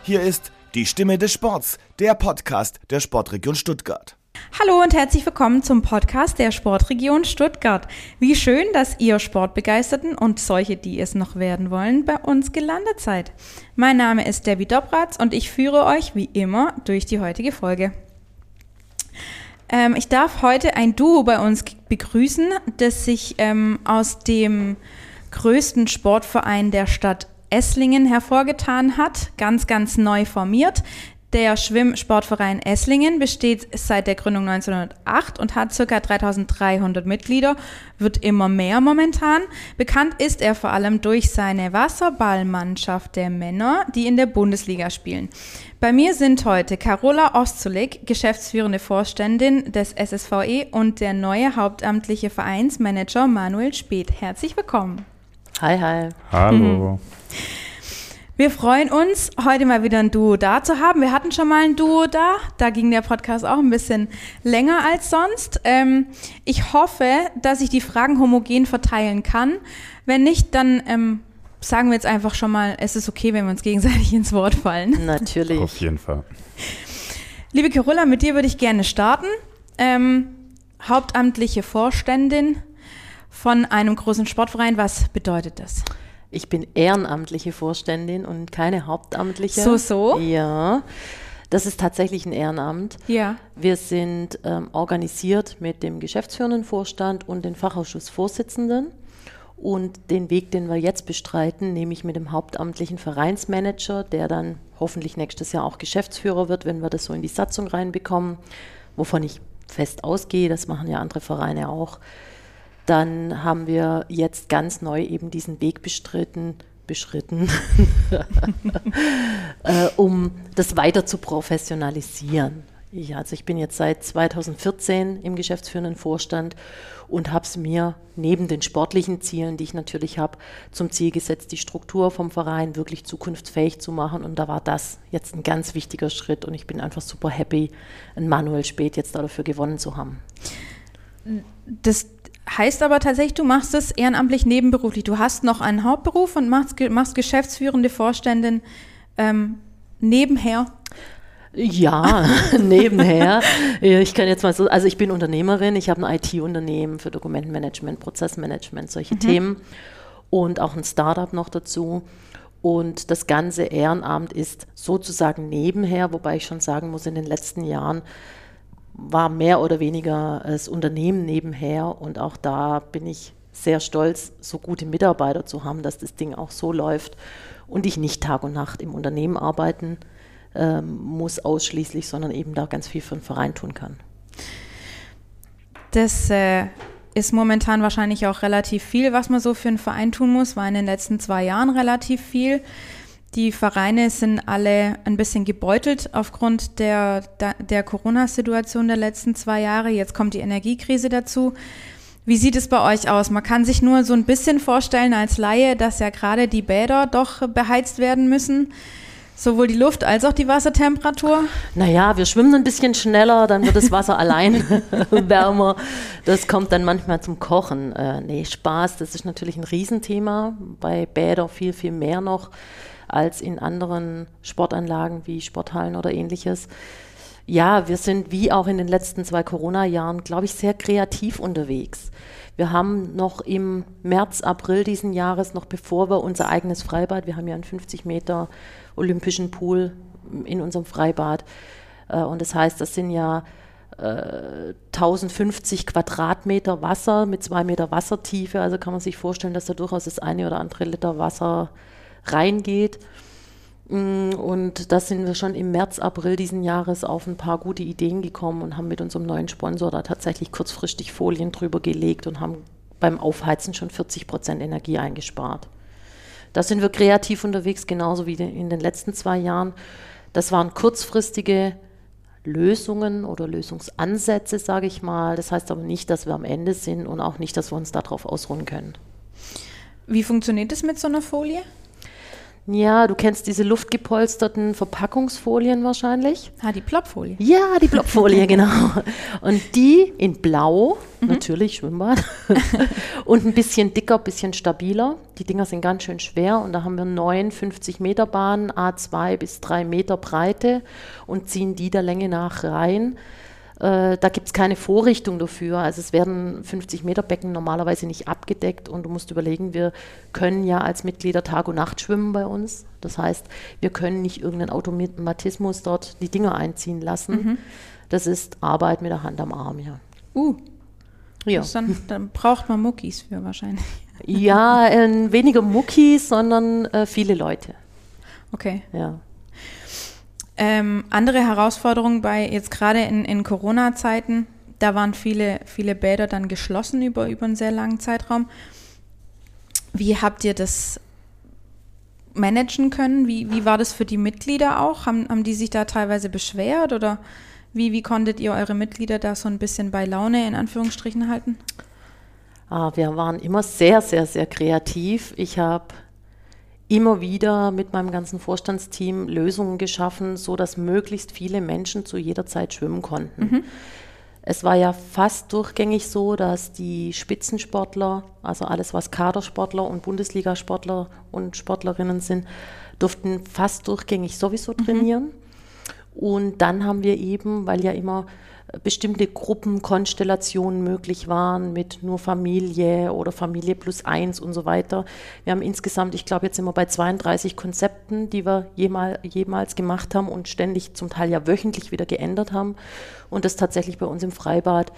Hier ist die Stimme des Sports, der Podcast der Sportregion Stuttgart. Hallo und herzlich willkommen zum Podcast der Sportregion Stuttgart. Wie schön, dass ihr Sportbegeisterten und solche, die es noch werden wollen, bei uns gelandet seid. Mein Name ist Debbie Dobratz und ich führe euch wie immer durch die heutige Folge. Ich darf heute ein Duo bei uns begrüßen, das sich aus dem größten Sportverein der Stadt Esslingen hervorgetan hat, ganz neu formiert. Der Schwimmsportverein Esslingen besteht seit der Gründung 1908 und hat ca. 3300 Mitglieder, wird immer mehr momentan. Bekannt ist er vor allem durch seine Wasserballmannschaft der Männer, die in der Bundesliga spielen. Bei mir sind heute Carola Ostzulik, geschäftsführende Vorständin des SSVE, und der neue hauptamtliche Vereinsmanager Manuel Speth. Herzlich willkommen. Hi. Hallo. Wir freuen uns, heute mal wieder ein Duo da zu haben. Wir hatten schon mal ein Duo da. Da ging der Podcast auch ein bisschen länger als sonst. Ich hoffe, dass ich die Fragen homogen verteilen kann. Wenn nicht, dann sagen wir jetzt einfach schon mal, es ist okay, wenn wir uns gegenseitig ins Wort fallen. Natürlich. Auf jeden Fall. Liebe Carola, mit dir würde ich gerne starten. Hauptamtliche Vorständin von einem großen Sportverein. Was bedeutet das? Ich bin ehrenamtliche Vorständin und keine hauptamtliche. So? Ja, das ist tatsächlich ein Ehrenamt. Ja. Wir sind organisiert mit dem geschäftsführenden Vorstand und den Fachausschussvorsitzenden. Und den Weg, den wir jetzt bestreiten, nämlich mit dem hauptamtlichen Vereinsmanager, der dann hoffentlich nächstes Jahr auch Geschäftsführer wird, wenn wir das so in die Satzung reinbekommen, wovon ich fest ausgehe, das machen ja andere Vereine auch. Dann haben wir jetzt ganz neu eben diesen Weg beschritten, um das weiter zu professionalisieren. Ich bin jetzt seit 2014 im geschäftsführenden Vorstand und habe es mir neben den sportlichen Zielen, die ich natürlich habe, zum Ziel gesetzt, die Struktur vom Verein wirklich zukunftsfähig zu machen. Und da war das jetzt ein ganz wichtiger Schritt und ich bin einfach super happy, einen Manuel Speth jetzt dafür gewonnen zu haben. Das heißt aber tatsächlich, du machst es ehrenamtlich nebenberuflich. Du hast noch einen Hauptberuf und machst geschäftsführende Vorständin nebenher. Ja, nebenher. Ich kann jetzt mal so, also ich bin Unternehmerin, ich habe ein IT-Unternehmen für Dokumentenmanagement, Prozessmanagement, solche Themen und auch ein Startup noch dazu. Und das ganze Ehrenamt ist sozusagen nebenher, wobei ich schon sagen muss, in den letzten Jahren war mehr oder weniger das Unternehmen nebenher und auch da bin ich sehr stolz, so gute Mitarbeiter zu haben, dass das Ding auch so läuft und ich nicht Tag und Nacht im Unternehmen arbeiten muss ausschließlich, sondern eben da ganz viel für den Verein tun kann. Das ist momentan wahrscheinlich auch relativ viel, was man so für einen Verein tun muss, war in den letzten 2 Jahren relativ viel. Die Vereine sind alle ein bisschen gebeutelt aufgrund der Corona-Situation der letzten 2 Jahre. Jetzt kommt die Energiekrise dazu. Wie sieht es bei euch aus? Man kann sich nur so ein bisschen vorstellen als Laie, dass ja gerade die Bäder doch beheizt werden müssen. Sowohl die Luft als auch die Wassertemperatur? Naja, wir schwimmen ein bisschen schneller, dann wird das Wasser allein wärmer. Das kommt dann manchmal zum Kochen. Spaß, das ist natürlich ein Riesenthema. Bei Bädern viel mehr noch als in anderen Sportanlagen wie Sporthallen oder ähnliches. Ja, wir sind wie auch in den letzten 2 Corona-Jahren, glaube ich, sehr kreativ unterwegs. Wir haben noch im März, April diesen Jahres, noch bevor wir unser eigenes Freibad, wir haben ja einen 50 Meter olympischen Pool in unserem Freibad und das heißt, das sind ja 1050 Quadratmeter Wasser mit 2 Meter Wassertiefe, also kann man sich vorstellen, dass da durchaus das eine oder andere Liter Wasser reingeht. Und da sind wir schon im März, April diesen Jahres auf ein paar gute Ideen gekommen und haben mit unserem neuen Sponsor da tatsächlich kurzfristig Folien drüber gelegt und haben beim Aufheizen schon 40% Energie eingespart. Da sind wir kreativ unterwegs, genauso wie in den letzten 2 Jahren. Das waren kurzfristige Lösungen oder Lösungsansätze, sage ich mal. Das heißt aber nicht, dass wir am Ende sind und auch nicht, dass wir uns darauf ausruhen können. Wie funktioniert das mit so einer Folie? Ja, du kennst diese luftgepolsterten Verpackungsfolien wahrscheinlich. Die Plopfolie. Ja, die Plopfolie, genau. Und die in Blau, natürlich Schwimmbad, und ein bisschen dicker, ein bisschen stabiler. Die Dinger sind ganz schön schwer und da haben wir 9 50-Meter-Bahnen, A2 bis 3 Meter Breite und ziehen die der Länge nach rein. Da gibt es keine Vorrichtung dafür. Also es werden 50-Meter-Becken normalerweise nicht abgedeckt und du musst überlegen, wir können ja als Mitglieder Tag und Nacht schwimmen bei uns. Das heißt, wir können nicht irgendeinen Automatismus dort die Dinger einziehen lassen. Das ist Arbeit mit der Hand am Arm, ja. Ja. Dann braucht man Muckis für wahrscheinlich. Ja, weniger Muckis, sondern viele Leute. Okay. Ja. Andere Herausforderungen bei jetzt gerade in Corona-Zeiten, da waren viele Bäder dann geschlossen über einen sehr langen Zeitraum. Wie habt ihr das managen können? Wie war das für die Mitglieder auch? Haben die sich da teilweise beschwert oder wie konntet ihr eure Mitglieder da so ein bisschen bei Laune in Anführungsstrichen halten? Wir waren immer sehr, sehr, sehr kreativ. Ich habe immer wieder mit meinem ganzen Vorstandsteam Lösungen geschaffen, sodass möglichst viele Menschen zu jeder Zeit schwimmen konnten. Es war ja fast durchgängig so, dass die Spitzensportler, also alles was Kadersportler und Bundesligasportler und Sportlerinnen sind, durften fast durchgängig sowieso trainieren. Und dann haben wir eben, weil ja immer bestimmte Gruppenkonstellationen möglich waren mit nur Familie oder Familie plus 1 und so weiter. Wir haben insgesamt, ich glaube, jetzt sind wir bei 32 Konzepten, die wir jemals gemacht haben und ständig zum Teil ja wöchentlich wieder geändert haben und das tatsächlich bei uns im Freibad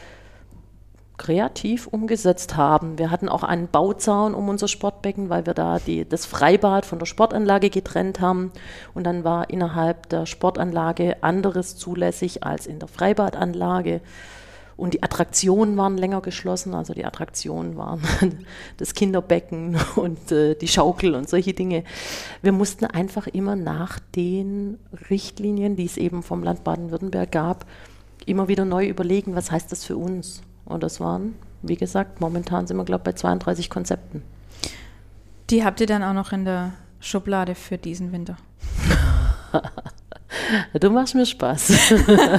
kreativ umgesetzt haben. Wir hatten auch einen Bauzaun um unser Sportbecken, weil wir da das Freibad von der Sportanlage getrennt haben und dann war innerhalb der Sportanlage anderes zulässig als in der Freibadanlage und die Attraktionen waren länger geschlossen, also die Attraktionen waren das Kinderbecken und die Schaukel und solche Dinge. Wir mussten einfach immer nach den Richtlinien, die es eben vom Land Baden-Württemberg gab, immer wieder neu überlegen, was heißt das für uns? Und das waren, wie gesagt, momentan sind wir, glaube ich, bei 32 Konzepten. Die habt ihr dann auch noch in der Schublade für diesen Winter? Du machst mir Spaß.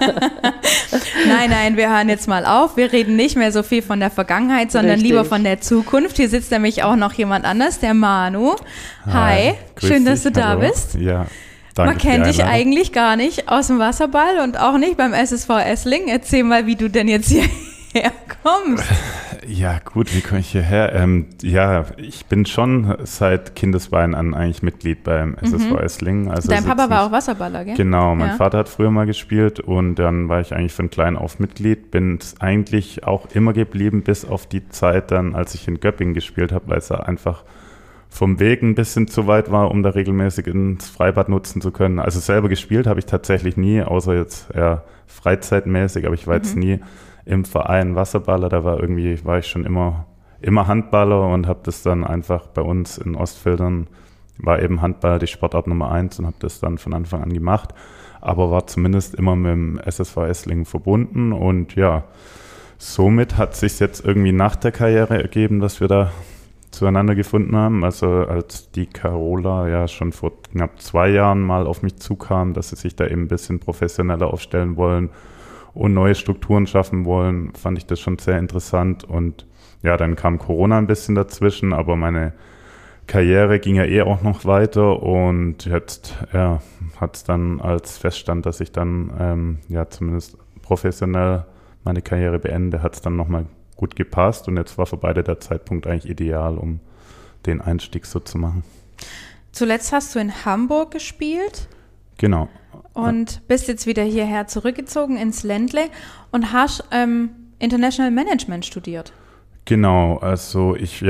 Nein, wir hören jetzt mal auf. Wir reden nicht mehr so viel von der Vergangenheit, sondern lieber von der Zukunft. Hier sitzt nämlich auch noch jemand anders, der Manu. Hi, schön, dass du da bist. Ja, danke. Man kennt dich eigentlich gar nicht aus dem Wasserball und auch nicht beim SSV Esslingen. Erzähl mal, wie du denn jetzt hierher kommst. Ja gut, wie komme ich hierher? Ja, ich bin schon seit Kindesbeinen an eigentlich Mitglied beim SSV Esslingen. Also dein Papa war auch Wasserballer, gell? Genau, mein Vater hat früher mal gespielt und dann war ich eigentlich von klein auf Mitglied. Bin eigentlich auch immer geblieben, bis auf die Zeit dann, als ich in Göppingen gespielt habe, weil es einfach vom Weg ein bisschen zu weit war, um da regelmäßig ins Freibad nutzen zu können. Also selber gespielt habe ich tatsächlich nie, außer jetzt freizeitmäßig, aber ich war jetzt nie im Verein Wasserballer, da war ich schon immer Handballer und habe das dann einfach bei uns in Ostfildern, war eben Handball die Sportart Nummer 1 und habe das dann von Anfang an gemacht, aber war zumindest immer mit dem SSV Esslingen verbunden und ja, somit hat sich jetzt irgendwie nach der Karriere ergeben, dass wir da zueinander gefunden haben. Also als die Carola ja schon vor knapp 2 Jahren mal auf mich zukam, dass sie sich da eben ein bisschen professioneller aufstellen wollen und neue Strukturen schaffen wollen, fand ich das schon sehr interessant. Und ja, dann kam Corona ein bisschen dazwischen, aber meine Karriere ging ja auch noch weiter und jetzt hat es dann als feststand, dass ich dann zumindest professionell meine Karriere beende, hat es dann nochmal gut gepasst und jetzt war für beide der Zeitpunkt eigentlich ideal, um den Einstieg so zu machen. Zuletzt hast du in Hamburg gespielt. Genau. Und bist jetzt wieder hierher zurückgezogen ins Ländle und hast International Management studiert. Genau, also ich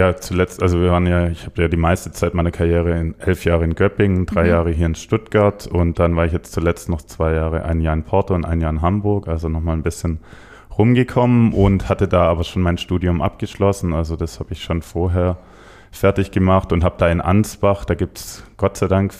habe ja die meiste Zeit meiner Karriere in 11 Jahre in Göppingen, 3 Jahre hier in Stuttgart und dann war ich jetzt zuletzt noch 2 Jahre, 1 Jahr in Porto und 1 Jahr in Hamburg, also nochmal ein bisschen rumgekommen und hatte da aber schon mein Studium abgeschlossen, also das habe ich schon vorher fertig gemacht und habe da in Ansbach, da gibt es Gott sei Dank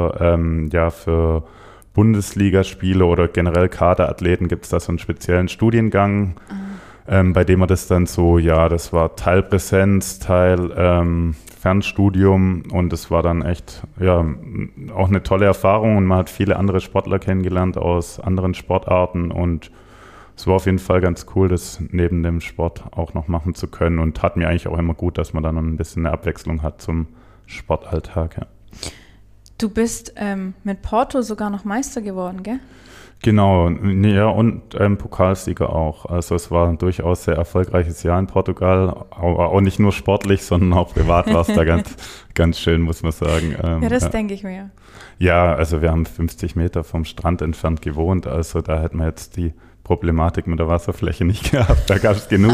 für Bundesligaspiele oder generell Kaderathleten gibt es da so einen speziellen Studiengang, bei dem wir das dann so, ja, das war Teil Präsenz, Teil Fernstudium und es war dann echt, ja, auch eine tolle Erfahrung und man hat viele andere Sportler kennengelernt aus anderen Sportarten und es war auf jeden Fall ganz cool, das neben dem Sport auch noch machen zu können und tat mir eigentlich auch immer gut, dass man dann noch ein bisschen eine Abwechslung hat zum Sportalltag. Ja. Du bist mit Porto sogar noch Meister geworden, gell? Genau, ja, und Pokalsieger auch. Also es war ein durchaus sehr erfolgreiches Jahr in Portugal, aber auch nicht nur sportlich, sondern auch privat war es da ganz schön, muss man sagen. Ja, das denke ich mir. Ja, also wir haben 50 Meter vom Strand entfernt gewohnt, also da hätten wir jetzt die Problematik mit der Wasserfläche nicht gehabt. Da gab es genug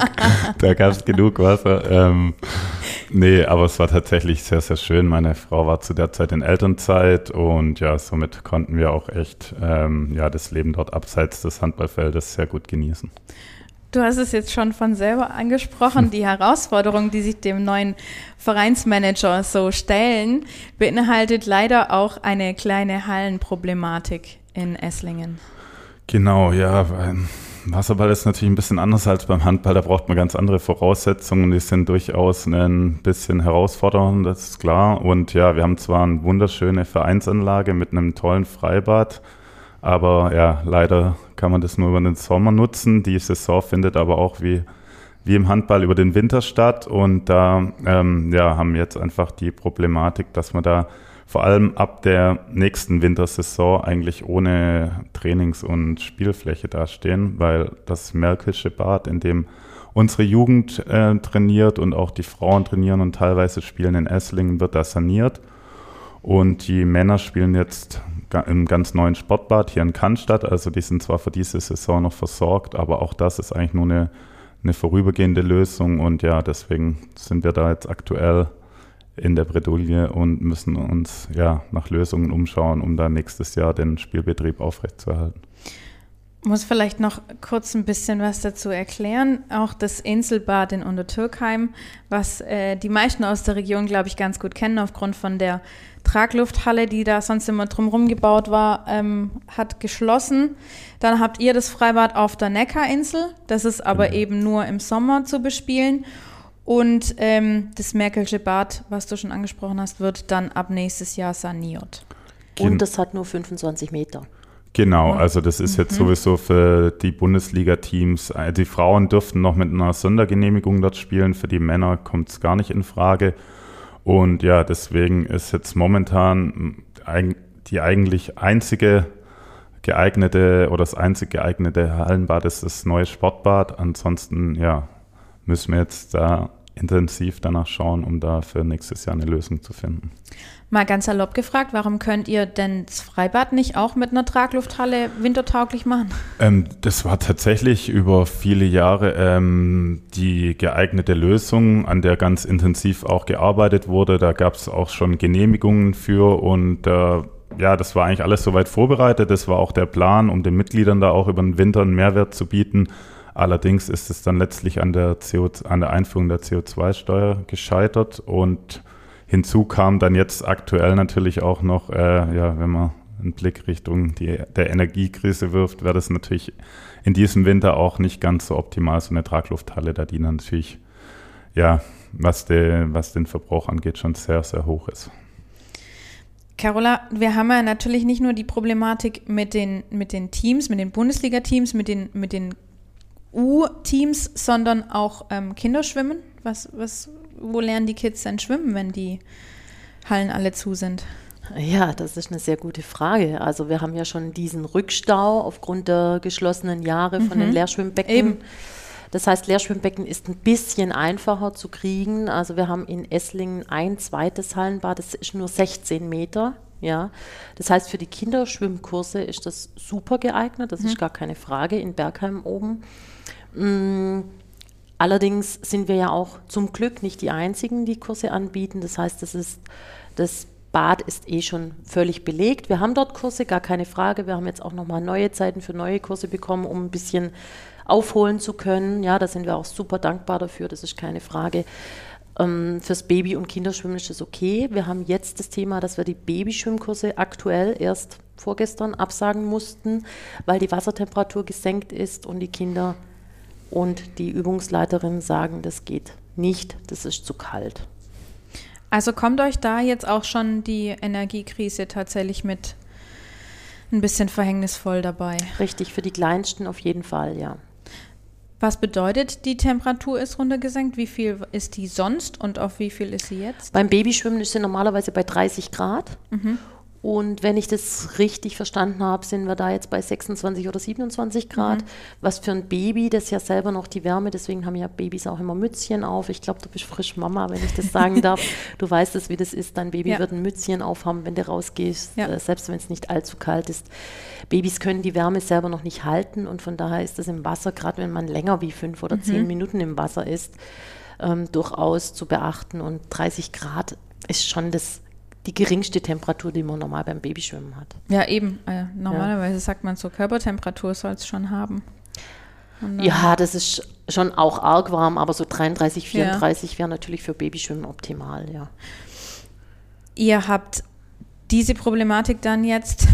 Wasser. Nee, aber es war tatsächlich sehr, sehr schön. Meine Frau war zu der Zeit in Elternzeit und ja, somit konnten wir auch echt das Leben dort abseits des Handballfeldes sehr gut genießen. Du hast es jetzt schon von selber angesprochen, die Herausforderungen, die sich dem neuen Vereinsmanager so stellen, beinhaltet leider auch eine kleine Hallenproblematik in Esslingen. Genau, ja, beim Wasserball ist natürlich ein bisschen anders als beim Handball, da braucht man ganz andere Voraussetzungen, die sind durchaus ein bisschen herausfordernd, das ist klar. Und ja, wir haben zwar eine wunderschöne Vereinsanlage mit einem tollen Freibad, aber ja, leider kann man das nur über den Sommer nutzen. Die Saison findet aber auch wie im Handball über den Winter statt und da haben wir jetzt einfach die Problematik, dass man da vor allem ab der nächsten Wintersaison eigentlich ohne Trainings- und Spielfläche dastehen, weil das Märkische Bad, in dem unsere Jugend trainiert und auch die Frauen trainieren und teilweise spielen in Esslingen, wird da saniert. Und die Männer spielen jetzt im ganz neuen Sportbad hier in Cannstatt. Also die sind zwar für diese Saison noch versorgt, aber auch das ist eigentlich nur eine vorübergehende Lösung. Und ja, deswegen sind wir da jetzt aktuell in der Bredouille und müssen uns nach Lösungen umschauen, um da nächstes Jahr den Spielbetrieb aufrechtzuerhalten. Ich muss vielleicht noch kurz ein bisschen was dazu erklären. Auch das Inselbad in Untertürkheim, was die meisten aus der Region, glaube ich, ganz gut kennen, aufgrund von der Traglufthalle, die da sonst immer drumherum gebaut war, hat geschlossen. Dann habt ihr das Freibad auf der Neckarinsel. Das ist aber eben nur im Sommer zu bespielen. Und das Märkische Bad, was du schon angesprochen hast, wird dann ab nächstes Jahr saniert. Und das hat nur 25 Meter. Genau, also das ist jetzt sowieso für die Bundesliga-Teams. Die Frauen dürften noch mit einer Sondergenehmigung dort spielen, für die Männer kommt es gar nicht in Frage. Und ja, deswegen ist jetzt momentan die eigentlich einzige geeignete oder das einzig geeignete Hallenbad ist das neue Sportbad. Ansonsten, müssen wir jetzt da intensiv danach schauen, um da für nächstes Jahr eine Lösung zu finden. Mal ganz salopp gefragt, warum könnt ihr denn das Freibad nicht auch mit einer Traglufthalle wintertauglich machen? Das war tatsächlich über viele Jahre die geeignete Lösung, an der ganz intensiv auch gearbeitet wurde. Da gab es auch schon Genehmigungen für und das war eigentlich alles soweit vorbereitet. Das war auch der Plan, um den Mitgliedern da auch über den Winter einen Mehrwert zu bieten. Allerdings ist es dann letztlich an der Einführung der CO2-Steuer gescheitert und hinzu kam dann jetzt aktuell natürlich auch noch, wenn man einen Blick Richtung der Energiekrise wirft, wäre das natürlich in diesem Winter auch nicht ganz so optimal, so eine Traglufthalle, da die natürlich, was den Verbrauch angeht, schon sehr, sehr hoch ist. Carola, wir haben ja natürlich nicht nur die Problematik mit den Teams, mit den Bundesliga-Teams, mit den U-Teams, sondern auch Kinderschwimmen. Wo lernen die Kids denn schwimmen, wenn die Hallen alle zu sind? Ja, das ist eine sehr gute Frage. Also wir haben ja schon diesen Rückstau aufgrund der geschlossenen Jahre von den Leerschwimmbecken. Eben. Das heißt, Leerschwimmbecken ist ein bisschen einfacher zu kriegen. Also wir haben in Esslingen ein zweites Hallenbad, das ist nur 16 Meter. Ja, das heißt, für die Kinderschwimmkurse ist das super geeignet, das ist gar keine Frage, in Bergheim oben. Allerdings sind wir ja auch zum Glück nicht die Einzigen, die Kurse anbieten. Das heißt, das Bad ist schon völlig belegt. Wir haben dort Kurse, gar keine Frage. Wir haben jetzt auch nochmal neue Zeiten für neue Kurse bekommen, um ein bisschen aufholen zu können. Ja, da sind wir auch super dankbar dafür, das ist keine Frage. Fürs Baby- und Kinderschwimmen ist das okay. Wir haben jetzt das Thema, dass wir die Babyschwimmkurse aktuell erst vorgestern absagen mussten, weil die Wassertemperatur gesenkt ist und die Kinder und die Übungsleiterinnen sagen, das geht nicht, das ist zu kalt. Also kommt euch da jetzt auch schon die Energiekrise tatsächlich mit ein bisschen verhängnisvoll dabei? Richtig, für die Kleinsten auf jeden Fall, ja. Was bedeutet, die Temperatur ist runtergesenkt? Wie viel ist die sonst und auf wie viel ist sie jetzt? Beim Babyschwimmen ist sie normalerweise bei 30 Grad. Und wenn ich das richtig verstanden habe, sind wir da jetzt bei 26 oder 27 Grad. Was für ein Baby, das ja selber noch die Wärme, deswegen haben ja Babys auch immer Mützchen auf. Ich glaube, du bist frisch Mama, wenn ich das sagen darf. Du weißt es, wie das ist. Dein Baby wird ein Mützchen aufhaben, wenn du rausgehst, selbst wenn es nicht allzu kalt ist. Babys können die Wärme selber noch nicht halten und von daher ist das im Wasser, gerade wenn man länger wie 5 oder 10 Minuten im Wasser ist, durchaus zu beachten. Und 30 Grad ist schon die geringste Temperatur, die man normal beim Babyschwimmen hat. Ja, eben. Normalerweise sagt man so, Körpertemperatur soll es schon haben. Ja, das ist schon auch arg warm, aber so 33, 34 wäre natürlich für Babyschwimmen optimal, ja. Ihr habt diese Problematik dann jetzt,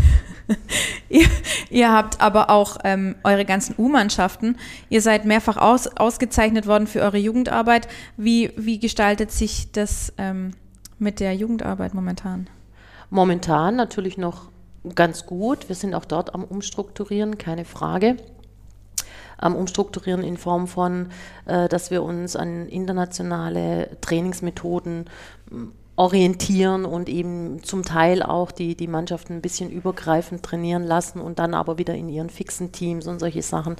ihr habt aber auch eure ganzen U-Mannschaften. Ihr seid mehrfach ausgezeichnet worden für eure Jugendarbeit. Wie gestaltet sich das mit der Jugendarbeit momentan? Momentan natürlich noch ganz gut. Wir sind auch dort am Umstrukturieren, keine Frage. Am Umstrukturieren in Form von, dass wir uns an internationale Trainingsmethoden orientieren und eben zum Teil auch die Mannschaften ein bisschen übergreifend trainieren lassen und dann aber wieder in ihren fixen Teams und solche Sachen.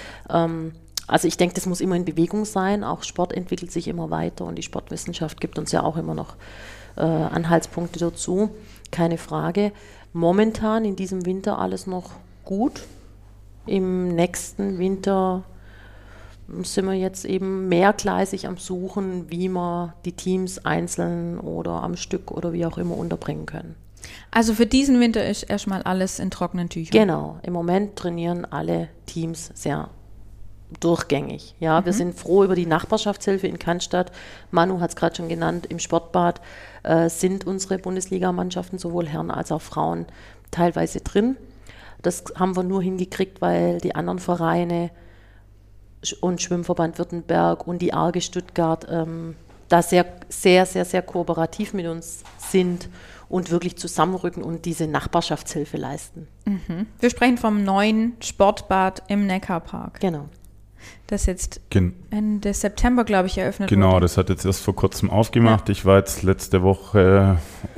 Also ich denke, das muss immer in Bewegung sein. Auch Sport entwickelt sich immer weiter und die Sportwissenschaft gibt uns ja auch immer noch Anhaltspunkte dazu. Keine Frage. Momentan in diesem Winter alles noch gut. Im nächsten Winter sind wir jetzt eben mehrgleisig am Suchen, wie wir die Teams einzeln oder am Stück oder wie auch immer unterbringen können. Also für diesen Winter ist erstmal alles in trockenen Tüchern? Genau. Im Moment trainieren alle Teams sehr durchgängig. Ja, wir sind froh über die Nachbarschaftshilfe in Cannstatt. Manu hat es gerade schon genannt, im Sportbad sind unsere Bundesligamannschaften, sowohl Herren als auch Frauen, teilweise drin. Das haben wir nur hingekriegt, weil die anderen Vereine und Schwimmverband Württemberg und die ARGE Stuttgart da sehr, sehr, sehr, sehr kooperativ mit uns sind und wirklich zusammenrücken und diese Nachbarschaftshilfe leisten. Wir sprechen vom neuen Sportbad im Neckarpark. Genau. Das jetzt Ende September, glaube ich, eröffnet wurde. Genau, das hat jetzt erst vor kurzem aufgemacht. Ja. Ich war jetzt letzte Woche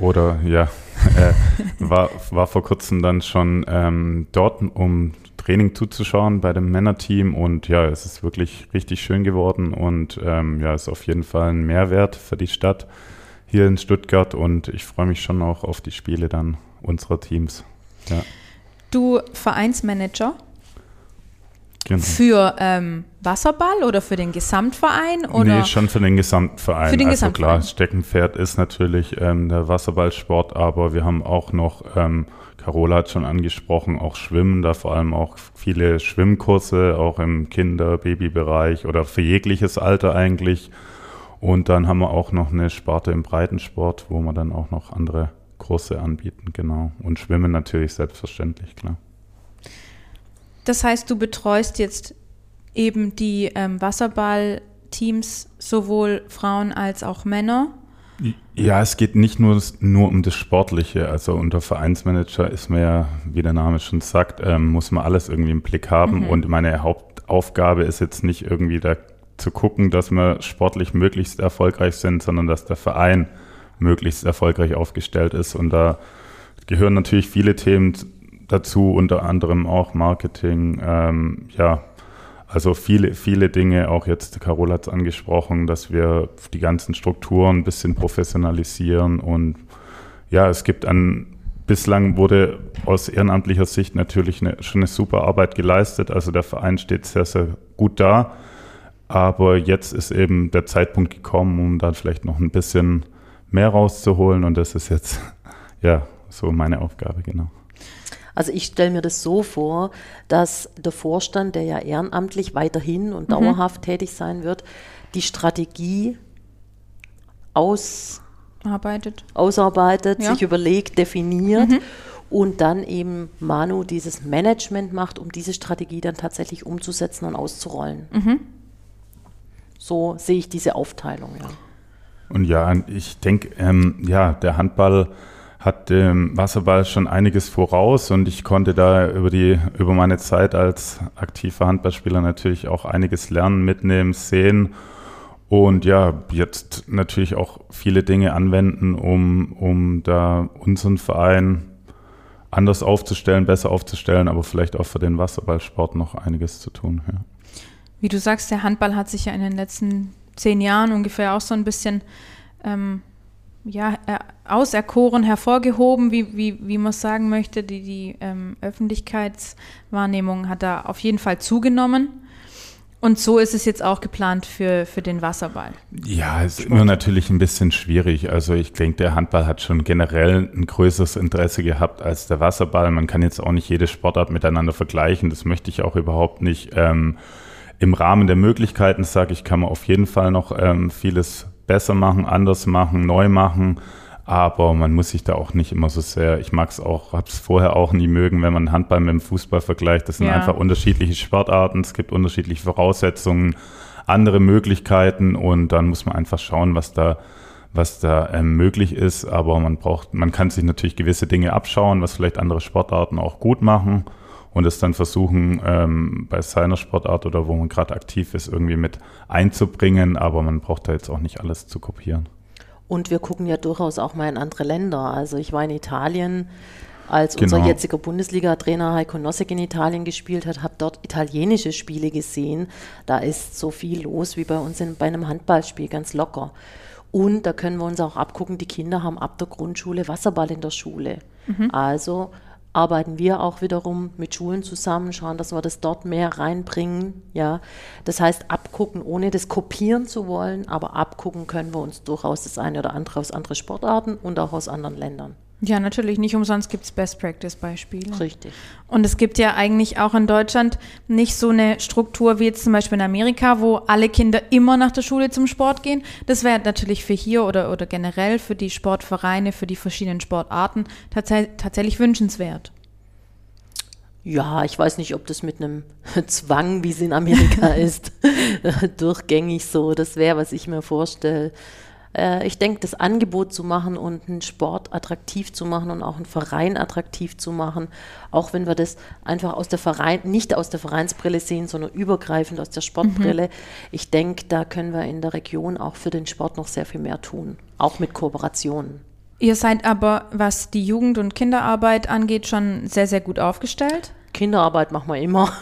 war vor kurzem dann schon dort, um Training zuzuschauen bei dem Männerteam und ja, es ist wirklich richtig schön geworden und ist auf jeden Fall ein Mehrwert für die Stadt hier in Stuttgart und ich freue mich schon auch auf die Spiele dann unserer Teams. Ja. Du Vereinsmanager? Genau. Für Wasserball oder für den Gesamtverein? Oder? Nee, schon für den gesamten Verein. Für den also Gesamtverein. Klar, Steckenpferd ist natürlich der Wasserballsport, aber wir haben auch noch, Carola hat schon angesprochen, auch Schwimmen, da vor allem auch viele Schwimmkurse, auch im Kinder-, Babybereich oder für jegliches Alter eigentlich. Und dann haben wir auch noch eine Sparte im Breitensport, wo wir dann auch noch andere Kurse anbieten, genau. Und Schwimmen natürlich selbstverständlich, klar. Das heißt, du betreust jetzt eben die Wasserballteams, sowohl Frauen als auch Männer? Ja, es geht nicht nur um das Sportliche. Also unter Vereinsmanager ist man ja, wie der Name schon sagt, muss man alles irgendwie im Blick haben. Und meine Hauptaufgabe ist jetzt nicht irgendwie da zu gucken, dass wir sportlich möglichst erfolgreich sind, sondern dass der Verein möglichst erfolgreich aufgestellt ist. Und da gehören natürlich viele Themen dazu, unter anderem auch Marketing, also viele Dinge, auch jetzt, Carola hat es angesprochen, dass wir die ganzen Strukturen ein bisschen professionalisieren und ja, es gibt bislang wurde aus ehrenamtlicher Sicht natürlich schon eine super Arbeit geleistet, also der Verein steht sehr, sehr gut da, aber jetzt ist eben der Zeitpunkt gekommen, um da vielleicht noch ein bisschen mehr rauszuholen und das ist jetzt, ja, so meine Aufgabe, genau. Also ich stelle mir das so vor, dass der Vorstand, der ja ehrenamtlich weiterhin und dauerhaft tätig sein wird, die Strategie ausarbeitet, ja. sich überlegt, definiert und dann eben Manu dieses Management macht, um diese Strategie dann tatsächlich umzusetzen und auszurollen. So sehe ich diese Aufteilung, ja. Und ja, ich denke, der Handball hat dem Wasserball schon einiges voraus und ich konnte da über meine Zeit als aktiver Handballspieler natürlich auch einiges lernen, mitnehmen, sehen und ja, jetzt natürlich auch viele Dinge anwenden, um da unseren Verein anders aufzustellen, besser aufzustellen, aber vielleicht auch für den Wasserballsport noch einiges zu tun. Ja. Wie du sagst, der Handball hat sich ja in den letzten 10 Jahren ungefähr auch so ein bisschen auserkoren, hervorgehoben, wie man sagen möchte. Die Öffentlichkeitswahrnehmung hat da auf jeden Fall zugenommen. Und so ist es jetzt auch geplant für den Wasserball. Ja, es ist immer natürlich ein bisschen schwierig. Also ich denke, der Handball hat schon generell ein größeres Interesse gehabt als der Wasserball. Man kann jetzt auch nicht jede Sportart miteinander vergleichen. Das möchte ich auch überhaupt nicht. Im Rahmen der Möglichkeiten, sage ich, kann man auf jeden Fall noch vieles besser machen, anders machen, neu machen. Aber man muss sich da auch nicht immer so sehr, ich mag es auch, habe es vorher auch nie mögen, wenn man Handball mit dem Fußball vergleicht. Das sind einfach unterschiedliche Sportarten, es gibt unterschiedliche Voraussetzungen, andere Möglichkeiten und dann muss man einfach schauen, was da möglich ist. Aber man kann sich natürlich gewisse Dinge abschauen, was vielleicht andere Sportarten auch gut machen und es dann versuchen, bei seiner Sportart oder wo man gerade aktiv ist, irgendwie mit einzubringen. Aber man braucht da jetzt auch nicht alles zu kopieren. Und wir gucken ja durchaus auch mal in andere Länder. Also ich war in Italien, als unser jetziger Bundesliga-Trainer Heiko Nosek in Italien gespielt hat, habe dort italienische Spiele gesehen. Da ist so viel los wie bei uns bei einem Handballspiel, ganz locker. Und da können wir uns auch abgucken, die Kinder haben ab der Grundschule Wasserball in der Schule. Also arbeiten wir auch wiederum mit Schulen zusammen, schauen, dass wir das dort mehr reinbringen. Ja. Das heißt, abgucken, ohne das kopieren zu wollen, aber abgucken können wir uns durchaus das eine oder andere aus anderen Sportarten und auch aus anderen Ländern. Ja, natürlich. Nicht umsonst gibt es Best-Practice-Beispiele. Richtig. Und es gibt ja eigentlich auch in Deutschland nicht so eine Struktur wie jetzt zum Beispiel in Amerika, wo alle Kinder immer nach der Schule zum Sport gehen. Das wäre natürlich für hier oder generell für die Sportvereine, für die verschiedenen Sportarten tatsächlich wünschenswert. Ja, ich weiß nicht, ob das mit einem Zwang, wie es in Amerika ist, durchgängig so. Das wäre, was ich mir vorstelle. Ich denke, das Angebot zu machen und einen Sport attraktiv zu machen und auch einen Verein attraktiv zu machen, auch wenn wir das einfach nicht aus der Vereinsbrille sehen, sondern übergreifend aus der Sportbrille. Ich denke, da können wir in der Region auch für den Sport noch sehr viel mehr tun, auch mit Kooperationen. Ihr seid aber, was die Jugend- und Kinderarbeit angeht, schon sehr, sehr gut aufgestellt? Kinderarbeit machen wir immer.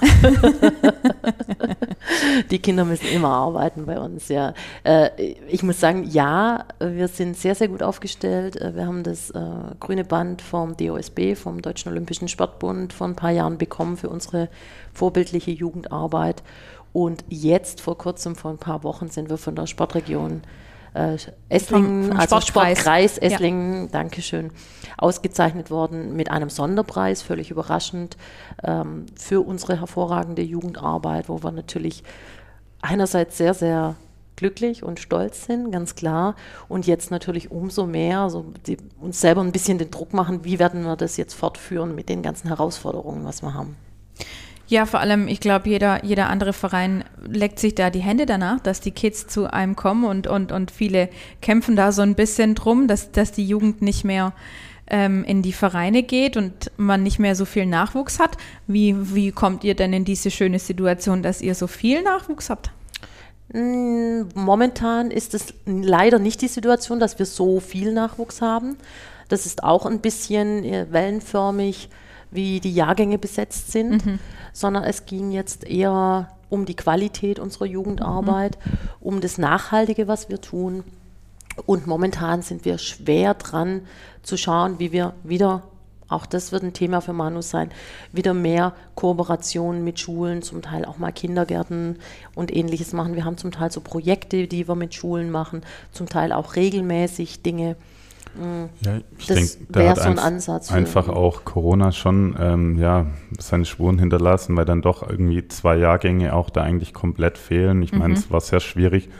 Die Kinder müssen immer arbeiten bei uns, ja. Ich muss sagen, ja, wir sind sehr, sehr gut aufgestellt. Wir haben das grüne Band vom DOSB, vom Deutschen Olympischen Sportbund, vor ein paar Jahren bekommen für unsere vorbildliche Jugendarbeit. Und jetzt, vor kurzem, vor ein paar Wochen, sind wir von der Sportregion Esslingen, also Sportkreis Esslingen, Dankeschön, ausgezeichnet worden mit einem Sonderpreis, völlig überraschend, für unsere hervorragende Jugendarbeit, wo wir natürlich einerseits sehr, sehr glücklich und stolz sind, ganz klar, und jetzt natürlich umso mehr uns selber ein bisschen den Druck machen, wie werden wir das jetzt fortführen mit den ganzen Herausforderungen, was wir haben. Ja, vor allem, ich glaube, jeder andere Verein leckt sich da die Hände danach, dass die Kids zu einem kommen und viele kämpfen da so ein bisschen drum, dass die Jugend nicht mehr in die Vereine geht und man nicht mehr so viel Nachwuchs hat. Wie kommt ihr denn in diese schöne Situation, dass ihr so viel Nachwuchs habt? Momentan ist es leider nicht die Situation, dass wir so viel Nachwuchs haben. Das ist auch ein bisschen wellenförmig, wie die Jahrgänge besetzt sind, sondern es ging jetzt eher um die Qualität unserer Jugendarbeit, um das Nachhaltige, was wir tun. Und momentan sind wir schwer dran zu schauen, wie wir wieder, auch das wird ein Thema für Manu sein, wieder mehr Kooperationen mit Schulen, zum Teil auch mal Kindergärten und Ähnliches machen. Wir haben zum Teil so Projekte, die wir mit Schulen machen, zum Teil auch regelmäßig Dinge. Ja, ich denke, da hat so ein Ansatz einfach auch Corona schon seine Spuren hinterlassen, weil dann doch irgendwie 2 Jahrgänge auch da eigentlich komplett fehlen. Ich meine, es war sehr schwierig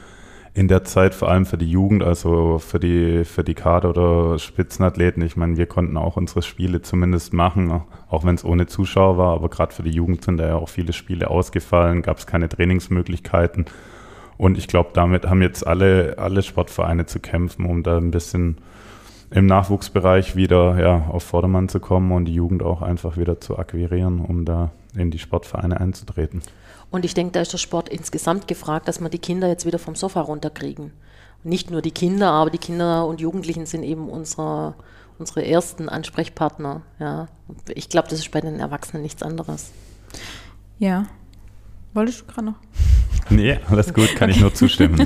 in der Zeit vor allem für die Jugend, also für die Kader- oder Spitzenathleten. Ich meine, wir konnten auch unsere Spiele zumindest machen, auch wenn es ohne Zuschauer war, aber gerade für die Jugend sind da ja auch viele Spiele ausgefallen, gab es keine Trainingsmöglichkeiten. Und ich glaube, damit haben jetzt alle Sportvereine zu kämpfen, um da ein bisschen im Nachwuchsbereich wieder auf Vordermann zu kommen und die Jugend auch einfach wieder zu akquirieren, um da in die Sportvereine einzutreten. Und ich denke, da ist der Sport insgesamt gefragt, dass wir die Kinder jetzt wieder vom Sofa runterkriegen. Nicht nur die Kinder, aber die Kinder und Jugendlichen sind eben unsere ersten Ansprechpartner. Ja. Ich glaube, das ist bei den Erwachsenen nichts anderes. Ja. Wolltest du gerade noch? Nee, alles gut, kann ich nur zustimmen.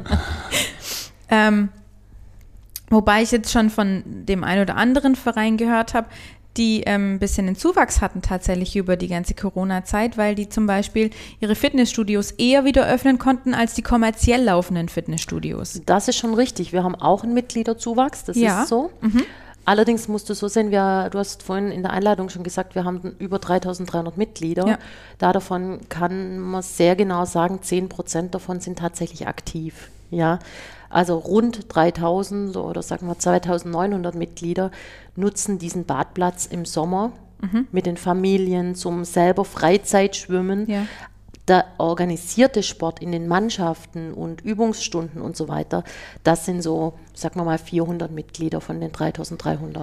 Wobei ich jetzt schon von dem einen oder anderen Verein gehört habe, die ein bisschen einen Zuwachs hatten tatsächlich über die ganze Corona-Zeit, weil die zum Beispiel ihre Fitnessstudios eher wieder öffnen konnten als die kommerziell laufenden Fitnessstudios. Das ist schon richtig. Wir haben auch einen Mitgliederzuwachs, das ist so. Mhm. Allerdings musst du so sehen, du hast vorhin in der Einleitung schon gesagt, wir haben über 3.300 Mitglieder. Ja. Davon kann man sehr genau sagen, 10% davon sind tatsächlich aktiv. Ja. Also rund 3.000 oder sagen wir 2.900 Mitglieder nutzen diesen Badplatz im Sommer mit den Familien zum selber Freizeitschwimmen. Ja. Der organisierte Sport in den Mannschaften und Übungsstunden und so weiter, das sind so, sagen wir mal, 400 Mitglieder von den 3.300.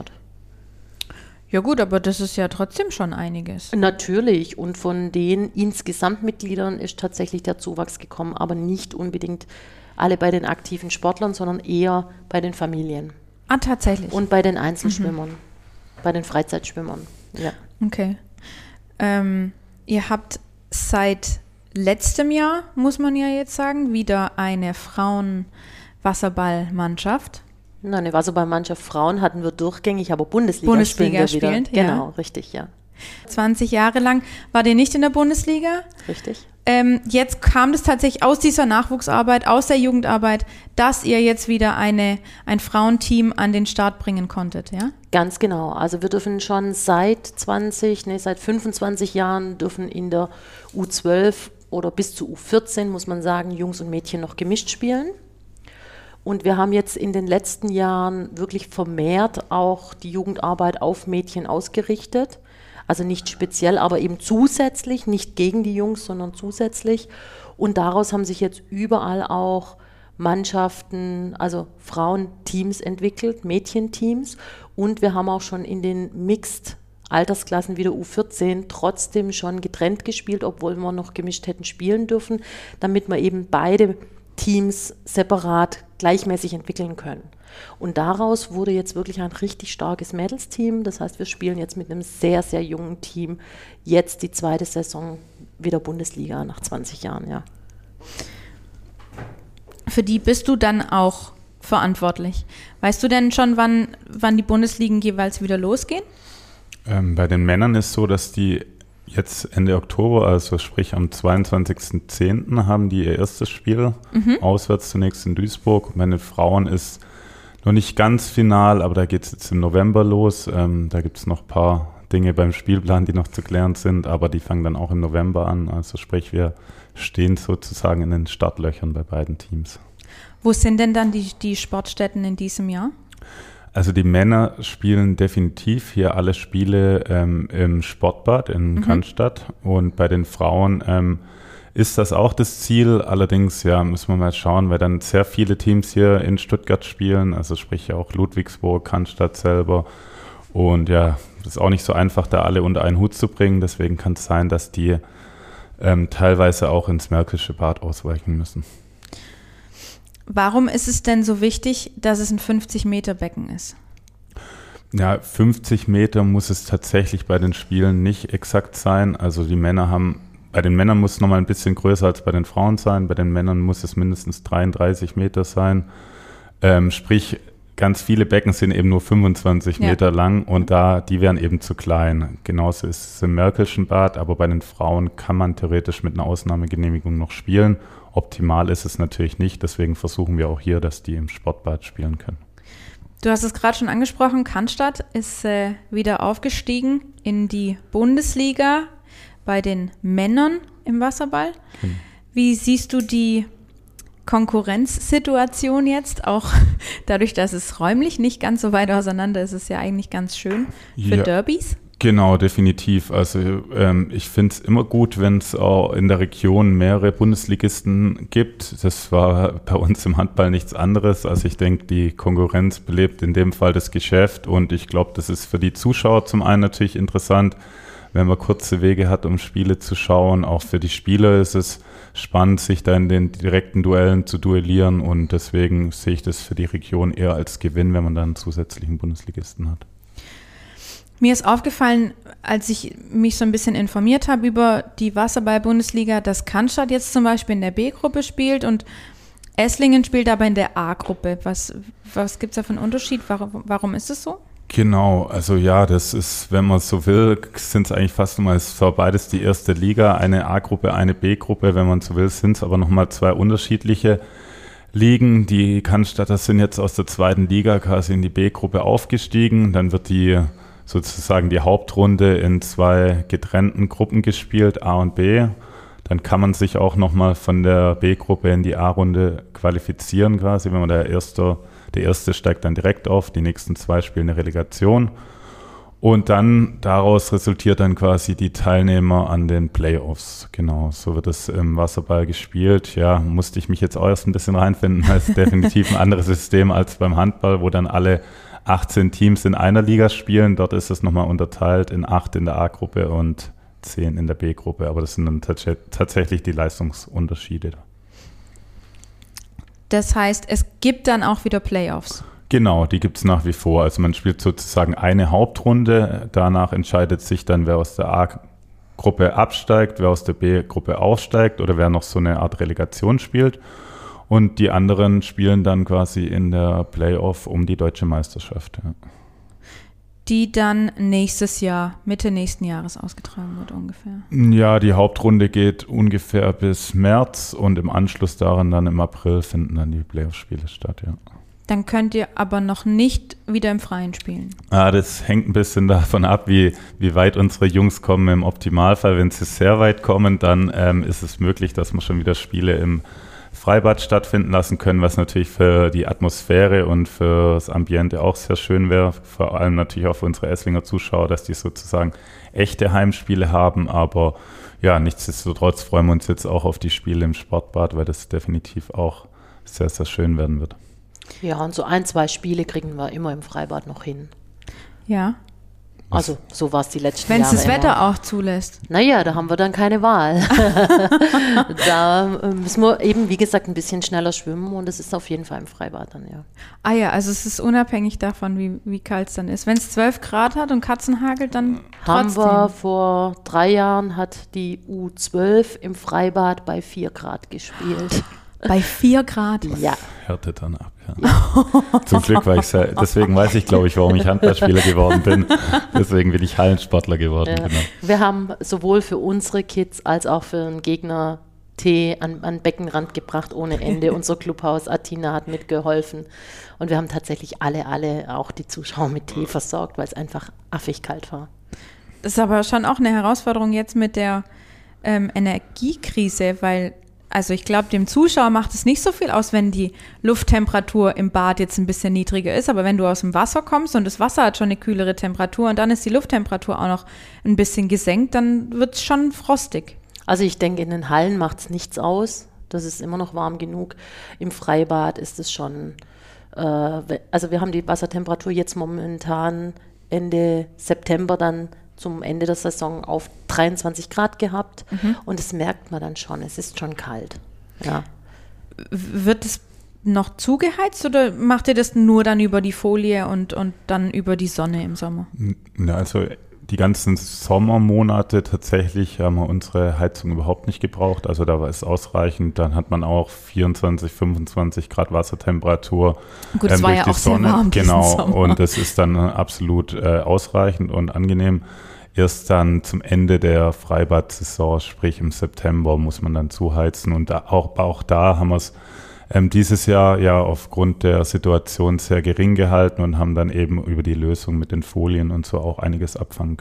Ja gut, aber das ist ja trotzdem schon einiges. Natürlich, und von den insgesamt Mitgliedern ist tatsächlich der Zuwachs gekommen, aber nicht unbedingt alle bei den aktiven Sportlern, sondern eher bei den Familien. Ah, tatsächlich? Und bei den Einzelschwimmern, bei den Freizeitschwimmern, ja. Okay. Ihr habt seit letztem Jahr, muss man ja jetzt sagen, wieder eine Frauen-Wasserballmannschaft. Nein, eine Wasserballmannschaft Frauen hatten wir durchgängig, aber Bundesliga spielen wir wieder. Spielend, genau, ja. Richtig, ja. 20 Jahre lang wart ihr nicht in der Bundesliga. Richtig. Jetzt kam das tatsächlich aus dieser Nachwuchsarbeit, aus der Jugendarbeit, dass ihr jetzt wieder ein Frauenteam an den Start bringen konntet, ja? Ganz genau. Also wir dürfen schon seit 25 Jahren dürfen in der U12 oder bis zu U14, muss man sagen, Jungs und Mädchen noch gemischt spielen. Und wir haben jetzt in den letzten Jahren wirklich vermehrt auch die Jugendarbeit auf Mädchen ausgerichtet. Also nicht speziell, aber eben zusätzlich, nicht gegen die Jungs, sondern zusätzlich. Und daraus haben sich jetzt überall auch Mannschaften, also Frauenteams entwickelt, Mädchenteams. Und wir haben auch schon in den Mixed-Altersklassen wieder U14 trotzdem schon getrennt gespielt, obwohl wir noch gemischt hätten spielen dürfen, damit wir eben beide Teams separat gleichmäßig entwickeln können. Und daraus wurde jetzt wirklich ein richtig starkes Mädelsteam. Das heißt, wir spielen jetzt mit einem sehr, sehr jungen Team jetzt die zweite Saison wieder Bundesliga nach 20 Jahren, ja. Für die bist du dann auch verantwortlich. Weißt du denn schon, wann die Bundesligen jeweils wieder losgehen? Bei den Männern ist so, dass die jetzt Ende Oktober, also sprich am 22.10. haben die ihr erstes Spiel auswärts zunächst in Duisburg. Und bei den Frauen ist noch nicht ganz final, aber da geht es jetzt im November los. Da gibt es noch ein paar Dinge beim Spielplan, die noch zu klären sind, aber die fangen dann auch im November an. Also sprich, wir stehen sozusagen in den Startlöchern bei beiden Teams. Wo sind denn dann die Sportstätten in diesem Jahr? Also die Männer spielen definitiv hier alle Spiele im Sportbad in Cannstatt und bei den Frauen ist das auch das Ziel. Allerdings müssen wir mal schauen, weil dann sehr viele Teams hier in Stuttgart spielen, also sprich auch Ludwigsburg, Cannstatt selber. Und ja, das ist auch nicht so einfach, da alle unter einen Hut zu bringen. Deswegen kann es sein, dass die teilweise auch ins Märkische Bad ausweichen müssen. Warum ist es denn so wichtig, dass es ein 50-Meter-Becken ist? Ja, 50 Meter muss es tatsächlich bei den Spielen nicht exakt sein. Also bei den Männern muss es nochmal ein bisschen größer als bei den Frauen sein. Bei den Männern muss es mindestens 33 Meter sein. Sprich, ganz viele Becken sind eben nur 25 Meter lang und die wären eben zu klein. Genauso ist es im Märkischen Bad, aber bei den Frauen kann man theoretisch mit einer Ausnahmegenehmigung noch spielen. Optimal ist es natürlich nicht, deswegen versuchen wir auch hier, dass die im Sportbad spielen können. Du hast es gerade schon angesprochen, Cannstatt ist wieder aufgestiegen in die Bundesliga bei den Männern im Wasserball. Wie siehst du die Konkurrenzsituation jetzt, auch dadurch, dass es räumlich nicht ganz so weit auseinander ist, ist es ja eigentlich ganz schön für Derbys. Genau, definitiv. Also ich finde es immer gut, wenn es auch in der Region mehrere Bundesligisten gibt. Das war bei uns im Handball nichts anderes. Also ich denke, die Konkurrenz belebt in dem Fall das Geschäft und ich glaube, das ist für die Zuschauer zum einen natürlich interessant, wenn man kurze Wege hat, um Spiele zu schauen. Auch für die Spieler ist es spannend, sich da in den direkten Duellen zu duellieren und deswegen sehe ich das für die Region eher als Gewinn, wenn man da einen zusätzlichen Bundesligisten hat. Mir ist aufgefallen, als ich mich so ein bisschen informiert habe über die Wasserball-Bundesliga, dass Cannstatt jetzt zum Beispiel in der B-Gruppe spielt und Esslingen spielt aber in der A-Gruppe. Was gibt es da für einen Unterschied? Warum ist es so? Genau, also ja, das ist, wenn man so will, sind es eigentlich fast nochmal, es war beides die erste Liga, eine A-Gruppe, eine B-Gruppe, wenn man so will, sind es aber nochmal zwei unterschiedliche Ligen. Die Cannstatter sind jetzt aus der zweiten Liga quasi in die B-Gruppe aufgestiegen, dann wird sozusagen die Hauptrunde in zwei getrennten Gruppen gespielt, A und B. Dann kann man sich auch nochmal von der B-Gruppe in die A-Runde qualifizieren quasi, wenn man der Erste steigt dann direkt auf, die nächsten zwei spielen eine Relegation. Und dann daraus resultiert dann quasi die Teilnehmer an den Playoffs. Genau, so wird es im Wasserball gespielt. Ja, musste ich mich jetzt auch erst ein bisschen reinfinden, weil es definitiv ein anderes System als beim Handball, wo dann alle 18 Teams in einer Liga spielen. Dort ist es nochmal unterteilt in 8 in der A-Gruppe und 10 in der B-Gruppe. Aber das sind dann tatsächlich die Leistungsunterschiede. Das heißt, es gibt dann auch wieder Playoffs? Genau, die gibt es nach wie vor. Also man spielt sozusagen eine Hauptrunde. Danach entscheidet sich dann, wer aus der A-Gruppe absteigt, wer aus der B-Gruppe aufsteigt oder wer noch so eine Art Relegation spielt. Und die anderen spielen dann quasi in der Playoff um die deutsche Meisterschaft. Ja. Die dann nächstes Jahr, Mitte nächsten Jahres ausgetragen wird ungefähr. Ja, die Hauptrunde geht ungefähr bis März und im Anschluss daran dann im April finden dann die Playoff-Spiele statt, ja. Dann könnt ihr aber noch nicht wieder im Freien spielen. Das hängt ein bisschen davon ab, wie weit unsere Jungs kommen im Optimalfall. Wenn sie sehr weit kommen, dann ist es möglich, dass wir schon wieder Spiele im Freibad stattfinden lassen können, was natürlich für die Atmosphäre und für das Ambiente auch sehr schön wäre. Vor allem natürlich auch für unsere Esslinger Zuschauer, dass die sozusagen echte Heimspiele haben. Aber ja, nichtsdestotrotz freuen wir uns jetzt auch auf die Spiele im Sportbad, weil das definitiv auch sehr, sehr schön werden wird. Ja, und so 1-2 Spiele kriegen wir immer im Freibad noch hin. Ja. Also so war es die letzten Jahre. Wenn es das immer. Wetter auch zulässt. Naja, da haben wir dann keine Wahl. Da müssen wir eben, wie gesagt, ein bisschen schneller schwimmen und es ist auf jeden Fall im Freibad dann, ja. Ah ja, also es ist unabhängig davon, wie kalt es dann ist. Wenn es 12 Grad hat und Katzen hagelt, dann trotzdem. Haben wir vor 3 Jahren, hat die U12 im Freibad bei 4 Grad gespielt. Bei 4 Grad? Ja. Härtet dann ab, ja. Zum Glück war ich deswegen weiß ich, glaube ich, warum ich Handballspieler geworden bin. Deswegen bin ich Hallensportler geworden. Ja. Genau. Wir haben sowohl für unsere Kids als auch für den Gegner Tee an Beckenrand gebracht ohne Ende. Unser Clubhaus Athina hat mitgeholfen. Und wir haben tatsächlich alle, auch die Zuschauer mit Tee versorgt, weil es einfach affig kalt war. Das ist aber schon auch eine Herausforderung jetzt mit der Energiekrise, weil also ich glaube, dem Zuschauer macht es nicht so viel aus, wenn die Lufttemperatur im Bad jetzt ein bisschen niedriger ist. Aber wenn du aus dem Wasser kommst und das Wasser hat schon eine kühlere Temperatur und dann ist die Lufttemperatur auch noch ein bisschen gesenkt, dann wird es schon frostig. Also ich denke, in den Hallen macht es nichts aus. Das ist immer noch warm genug. Im Freibad ist es schon, also wir haben die Wassertemperatur jetzt momentan Ende September dann zum Ende der Saison auf 23 Grad gehabt und das merkt man dann schon, es ist schon kalt. Ja. Wird es noch zugeheizt oder macht ihr das nur dann über die Folie und dann über die Sonne im Sommer? Ja, also die ganzen Sommermonate tatsächlich haben wir unsere Heizung überhaupt nicht gebraucht, also da war es ausreichend, dann hat man auch 24, 25 Grad Wassertemperatur. Gut, es war ja auch Sonne. Sehr warm genau, Sommer. Und das ist dann absolut ausreichend und angenehm. Erst dann zum Ende der Freibad-Saison, sprich im September, muss man dann zuheizen. Und auch da haben wir es dieses Jahr ja aufgrund der Situation sehr gering gehalten und haben dann eben über die Lösung mit den Folien und so auch einiges abfangen können.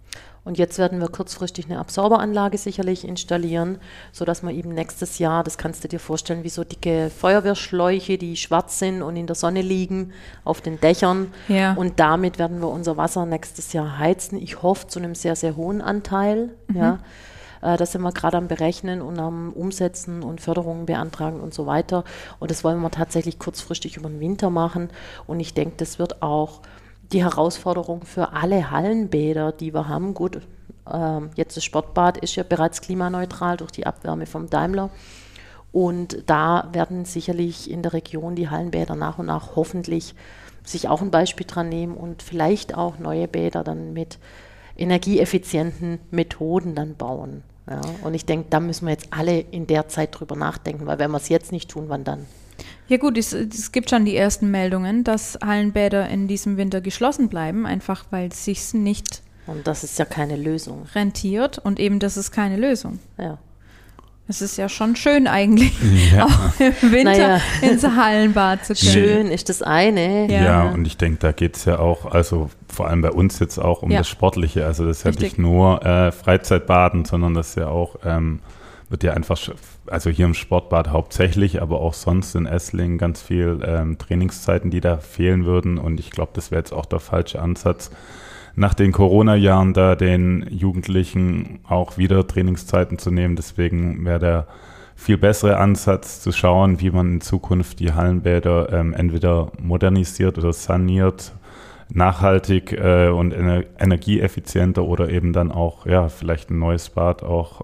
Und jetzt werden wir kurzfristig eine Absorberanlage sicherlich installieren, sodass man eben nächstes Jahr, das kannst du dir vorstellen, wie so dicke Feuerwehrschläuche, die schwarz sind und in der Sonne liegen, auf den Dächern. Ja. Und damit werden wir unser Wasser nächstes Jahr heizen. Ich hoffe, zu einem sehr, sehr hohen Anteil. Ja. Da sind wir gerade am Berechnen und am Umsetzen und Förderungen beantragen und so weiter. Und das wollen wir tatsächlich kurzfristig über den Winter machen. Und ich denke, das wird auch die Herausforderung für alle Hallenbäder, die wir haben. Gut, jetzt das Sportbad ist ja bereits klimaneutral durch die Abwärme vom Daimler. Und da werden sicherlich in der Region die Hallenbäder nach und nach hoffentlich sich auch ein Beispiel dran nehmen und vielleicht auch neue Bäder dann mit energieeffizienten Methoden dann bauen. Ja, und ich denke, da müssen wir jetzt alle in der Zeit drüber nachdenken, weil wenn wir es jetzt nicht tun, wann dann? Ja gut, es gibt schon die ersten Meldungen, dass Hallenbäder in diesem Winter geschlossen bleiben, einfach weil es sich nicht und das ist ja keine Lösung. Rentiert und eben das ist keine Lösung. Ja. Es ist ja schon schön eigentlich, auch im Winter ins Hallenbad zu können. Schön ist das eine. Ja, und ich denke, da geht es ja auch, also vor allem bei uns jetzt auch um das Sportliche. Also das ist ja nicht nur Freizeitbaden, sondern das ist ja auch, wird ja einfach, also hier im Sportbad hauptsächlich, aber auch sonst in Esslingen ganz viel Trainingszeiten, die da fehlen würden. Und ich glaube, das wäre jetzt auch der falsche Ansatz, nach den Corona-Jahren da den Jugendlichen auch wieder Trainingszeiten zu nehmen. Deswegen wäre der viel bessere Ansatz zu schauen, wie man in Zukunft die Hallenbäder entweder modernisiert oder saniert, nachhaltig und energieeffizienter oder eben dann auch vielleicht ein neues Bad auch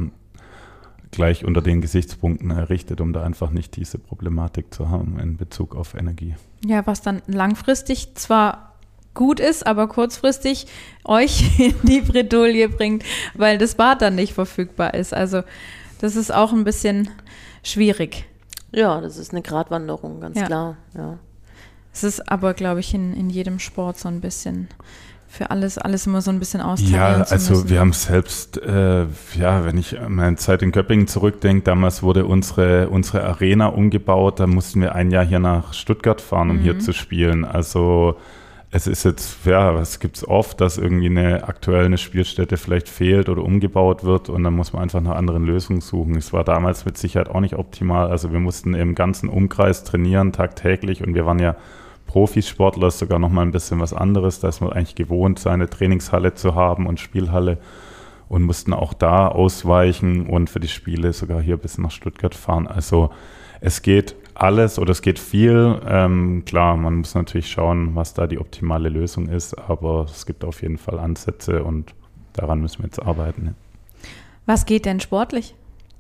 gleich unter den Gesichtspunkten errichtet, um da einfach nicht diese Problematik zu haben in Bezug auf Energie. Ja, was dann langfristig zwar gut ist, aber kurzfristig euch in die Bredouille bringt, weil das Bad dann nicht verfügbar ist. Also das ist auch ein bisschen schwierig. Ja, das ist eine Gratwanderung, ganz klar. Ja. Es ist aber, glaube ich, in jedem Sport so ein bisschen für alles immer so ein bisschen austarieren zu müssen. Also wir haben selbst, wenn ich an meine Zeit in Göppingen zurückdenke, damals wurde unsere Arena umgebaut, da mussten wir ein Jahr hier nach Stuttgart fahren, um hier zu spielen. Also es ist jetzt, es gibt es oft, dass irgendwie aktuell eine Spielstätte vielleicht fehlt oder umgebaut wird und dann muss man einfach nach anderen Lösungen suchen. Es war damals mit Sicherheit auch nicht optimal. Also wir mussten im ganzen Umkreis trainieren, tagtäglich, und wir waren ja Profisportler, ist sogar nochmal ein bisschen was anderes. Da ist man eigentlich gewohnt, seine Trainingshalle zu haben und Spielhalle, und mussten auch da ausweichen und für die Spiele sogar hier bis nach Stuttgart fahren. Also es geht alles oder es geht viel. Klar, man muss natürlich schauen, was da die optimale Lösung ist, aber es gibt auf jeden Fall Ansätze und daran müssen wir jetzt arbeiten. Ja. Was geht denn sportlich?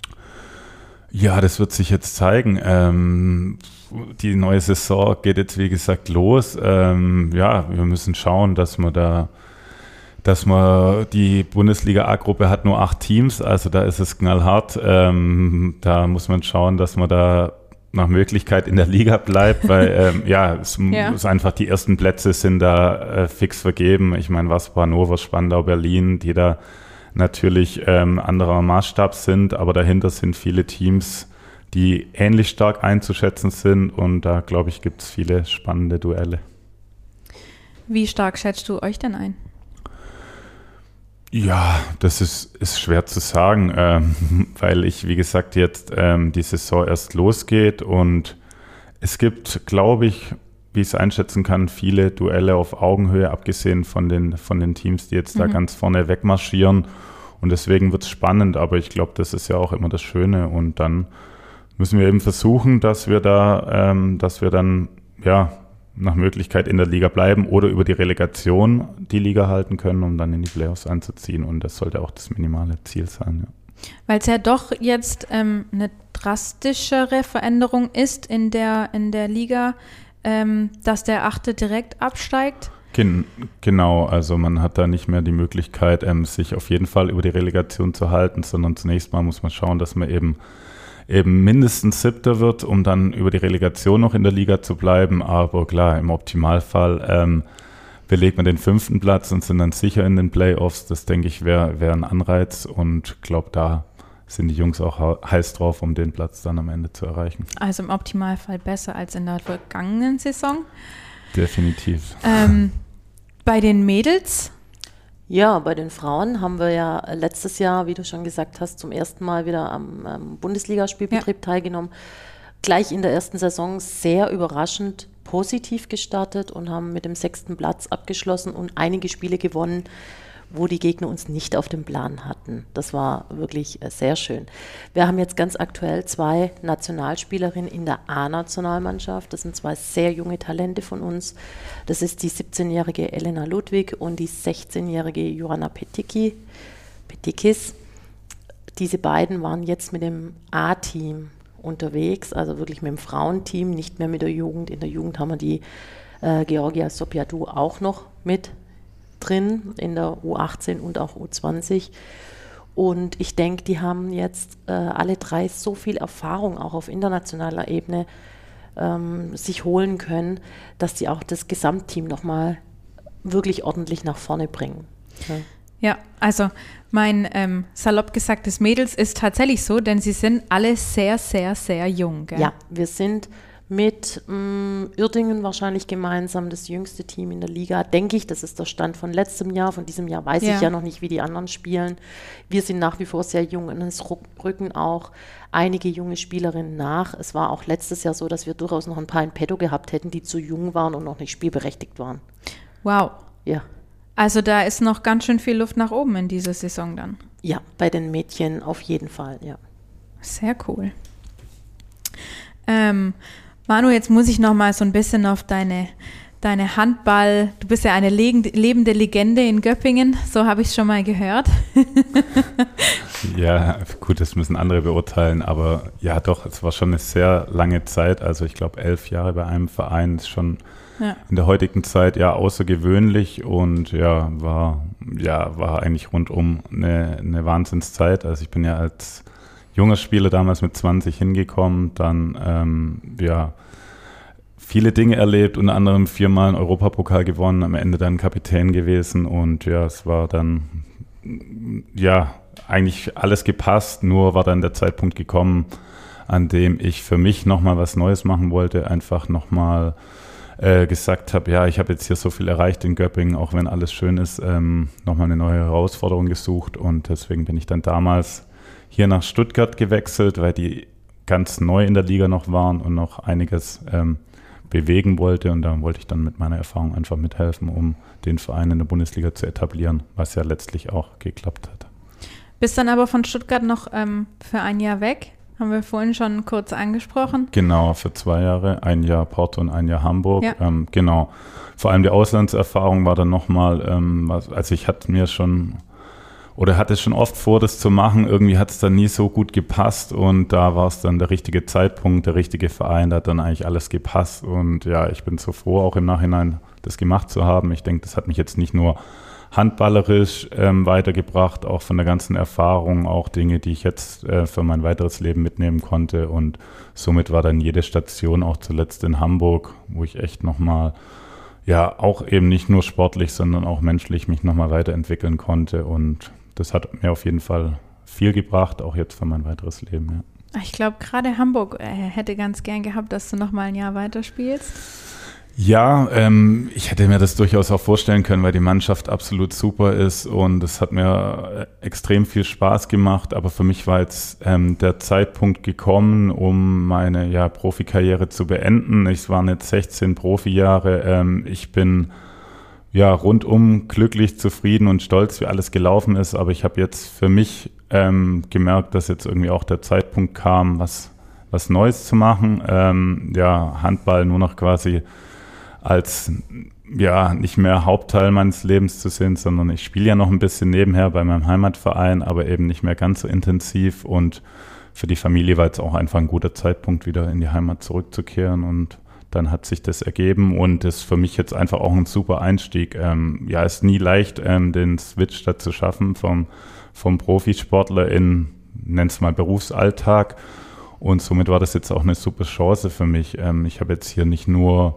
Ja, das wird sich jetzt zeigen. Die neue Saison geht jetzt, wie gesagt, los. Wir müssen schauen, dass man die Bundesliga A-Gruppe hat nur 8 Teams, also da ist es knallhart. Da muss man schauen, dass man da nach Möglichkeit in der Liga bleibt, weil es ist einfach, die ersten Plätze sind da fix vergeben. Ich meine, was Hannover, Spandau, Berlin, die da natürlich anderer Maßstab sind, aber dahinter sind viele Teams, die ähnlich stark einzuschätzen sind, und da, glaube ich, gibt es viele spannende Duelle. Wie stark schätzt du euch denn ein? Ja, das ist schwer zu sagen, weil wie gesagt, jetzt die Saison erst losgeht, und es gibt, glaube ich, wie ich es einschätzen kann, viele Duelle auf Augenhöhe, abgesehen von den Teams, die jetzt da ganz vorne wegmarschieren, und deswegen wird es spannend, aber ich glaube, das ist ja auch immer das Schöne, und dann müssen wir eben versuchen, dass wir dann nach Möglichkeit in der Liga bleiben oder über die Relegation die Liga halten können, um dann in die Playoffs einzuziehen. Und das sollte auch das minimale Ziel sein. Ja. Weil es ja doch jetzt eine drastischere Veränderung ist in der Liga, dass der 8. direkt absteigt. Genau, also man hat da nicht mehr die Möglichkeit, sich auf jeden Fall über die Relegation zu halten, sondern zunächst mal muss man schauen, dass man eben mindestens 7. wird, um dann über die Relegation noch in der Liga zu bleiben. Aber klar, im Optimalfall belegt man den 5. Platz und sind dann sicher in den Playoffs. Das, denke ich, wäre ein Anreiz, und ich glaube, da sind die Jungs auch heiß drauf, um den Platz dann am Ende zu erreichen. Also im Optimalfall besser als in der vergangenen Saison. Definitiv. Bei den Mädels? Ja, bei den Frauen haben wir ja letztes Jahr, wie du schon gesagt hast, zum ersten Mal wieder am Bundesligaspielbetrieb teilgenommen. Gleich in der ersten Saison sehr überraschend positiv gestartet und haben mit dem 6. Platz abgeschlossen und einige Spiele gewonnen, wo die Gegner uns nicht auf dem Plan hatten. Das war wirklich sehr schön. Wir haben jetzt ganz aktuell 2 Nationalspielerinnen in der A-Nationalmannschaft. Das sind 2 sehr junge Talente von uns. Das ist die 17-jährige Elena Ludwig und die 16-jährige Joanna Petikis. Diese beiden waren jetzt mit dem A-Team unterwegs, also wirklich mit dem Frauenteam, nicht mehr mit der Jugend. In der Jugend haben wir die Georgia Sopiadou auch noch mit drin, in der U18 und auch U20. Und ich denke, die haben jetzt alle 3 so viel Erfahrung auch auf internationaler Ebene sich holen können, dass die auch das Gesamtteam nochmal wirklich ordentlich nach vorne bringen. Ja, also mein salopp gesagtes Mädels ist tatsächlich so, denn sie sind alle sehr, sehr, sehr jung. Gell? Ja, wir sind mit Uerdingen wahrscheinlich gemeinsam das jüngste Team in der Liga, denke ich. Das ist der Stand von letztem Jahr. Von diesem Jahr weiß ich ja noch nicht, wie die anderen spielen. Wir sind nach wie vor sehr jung und es rücken auch einige junge Spielerinnen nach. Es war auch letztes Jahr so, dass wir durchaus noch ein paar in petto gehabt hätten, die zu jung waren und noch nicht spielberechtigt waren. Wow. Ja. Also da ist noch ganz schön viel Luft nach oben in dieser Saison dann. Ja, bei den Mädchen auf jeden Fall, ja. Sehr cool. Manu, jetzt muss ich noch mal so ein bisschen auf deine Handball, du bist ja eine lebende Legende in Göppingen, so habe ich es schon mal gehört. Ja, gut, das müssen andere beurteilen, aber ja doch, es war schon eine sehr lange Zeit, also ich glaube 11 Jahre bei einem Verein ist schon in der heutigen Zeit ja außergewöhnlich und war eigentlich rundum eine Wahnsinnszeit. Also ich bin ja als junger Spieler damals mit 20 hingekommen, dann viele Dinge erlebt, unter anderem 4-mal einen Europapokal gewonnen, am Ende dann Kapitän gewesen und es war dann eigentlich alles gepasst, nur war dann der Zeitpunkt gekommen, an dem ich für mich nochmal was Neues machen wollte, einfach nochmal gesagt habe, ich habe jetzt hier so viel erreicht in Göppingen, auch wenn alles schön ist, nochmal eine neue Herausforderung gesucht und deswegen bin ich dann damals hier nach Stuttgart gewechselt, weil die ganz neu in der Liga noch waren und noch einiges bewegen wollte und da wollte ich dann mit meiner Erfahrung einfach mithelfen, um den Verein in der Bundesliga zu etablieren, was ja letztlich auch geklappt hat. Bist dann aber von Stuttgart noch für ein Jahr weg? Haben wir vorhin schon kurz angesprochen. Genau, für 2 Jahre, ein Jahr Porto und ein Jahr Hamburg. Ja. Genau, vor allem die Auslandserfahrung war dann nochmal, also ich hatte schon oft vor, das zu machen. Irgendwie hat es dann nie so gut gepasst und da war es dann der richtige Zeitpunkt, der richtige Verein, da hat dann eigentlich alles gepasst und ich bin so froh, auch im Nachhinein das gemacht zu haben. Ich denke, das hat mich jetzt nicht nur handballerisch weitergebracht, auch von der ganzen Erfahrung, auch Dinge, die ich jetzt für mein weiteres Leben mitnehmen konnte und somit war dann jede Station, auch zuletzt in Hamburg, wo ich echt nochmal auch eben nicht nur sportlich, sondern auch menschlich mich nochmal weiterentwickeln konnte und das hat mir auf jeden Fall viel gebracht, auch jetzt für mein weiteres Leben. Ja. Ich glaube, gerade Hamburg hätte ganz gern gehabt, dass du nochmal ein Jahr weiterspielst. Ja, ich hätte mir das durchaus auch vorstellen können, weil die Mannschaft absolut super ist und es hat mir extrem viel Spaß gemacht, aber für mich war jetzt der Zeitpunkt gekommen, um meine Profikarriere zu beenden. Es waren jetzt 16 Profijahre. Ich bin rundum glücklich, zufrieden und stolz, wie alles gelaufen ist, aber ich habe jetzt für mich gemerkt, dass jetzt irgendwie auch der Zeitpunkt kam, was Neues zu machen. Handball nur noch quasi als nicht mehr Hauptteil meines Lebens zu sehen, sondern ich spiele ja noch ein bisschen nebenher bei meinem Heimatverein, aber eben nicht mehr ganz so intensiv und für die Familie war jetzt auch einfach ein guter Zeitpunkt, wieder in die Heimat zurückzukehren und dann hat sich das ergeben und ist für mich jetzt einfach auch ein super Einstieg. Ist nie leicht, den Switch da zu schaffen vom Profisportler in, nenn's mal Berufsalltag und somit war das jetzt auch eine super Chance für mich. Ich habe jetzt hier nicht nur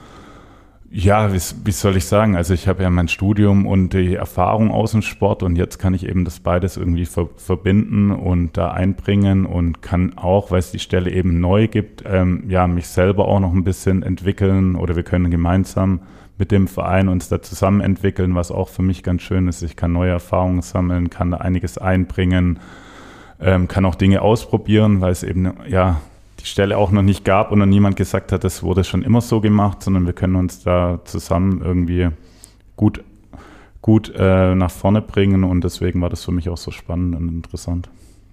wie soll ich sagen, also ich habe ja mein Studium und die Erfahrung aus dem Sport und jetzt kann ich eben das beides irgendwie verbinden und da einbringen und kann auch, weil es die Stelle eben neu gibt, mich selber auch noch ein bisschen entwickeln oder wir können gemeinsam mit dem Verein uns da zusammen entwickeln, was auch für mich ganz schön ist. Ich kann neue Erfahrungen sammeln, kann da einiges einbringen, kann auch Dinge ausprobieren, weil es eben die Stelle auch noch nicht gab und noch niemand gesagt hat, das wurde schon immer so gemacht, sondern wir können uns da zusammen irgendwie gut nach vorne bringen und deswegen war das für mich auch so spannend und interessant.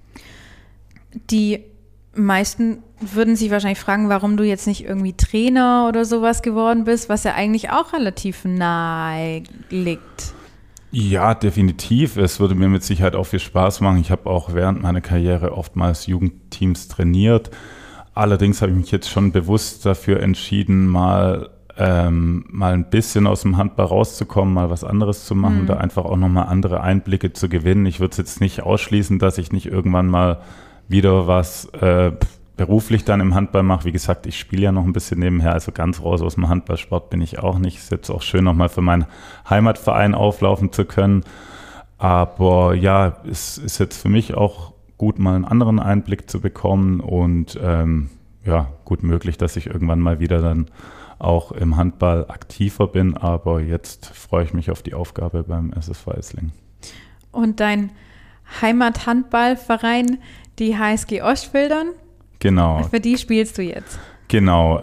Die meisten würden sich wahrscheinlich fragen, warum du jetzt nicht irgendwie Trainer oder sowas geworden bist, was ja eigentlich auch relativ nahe liegt. Ja, definitiv. Es würde mir mit Sicherheit auch viel Spaß machen. Ich habe auch während meiner Karriere oftmals Jugendteams trainiert. Allerdings habe ich mich jetzt schon bewusst dafür entschieden, mal ein bisschen aus dem Handball rauszukommen, mal was anderes zu machen, da einfach auch nochmal andere Einblicke zu gewinnen. Ich würde es jetzt nicht ausschließen, dass ich nicht irgendwann mal wieder was beruflich dann im Handball mache. Wie gesagt, ich spiele ja noch ein bisschen nebenher, also ganz raus aus dem Handballsport bin ich auch nicht. Es ist jetzt auch schön, nochmal für meinen Heimatverein auflaufen zu können. Aber ja, es ist jetzt für mich auch gut, mal einen anderen Einblick zu bekommen und gut möglich, dass ich irgendwann mal wieder dann auch im Handball aktiver bin. Aber jetzt freue ich mich auf die Aufgabe beim SSV Esslingen. Und dein Heimathandballverein, die HSG Ostfildern? Genau. Für die spielst du jetzt? Genau,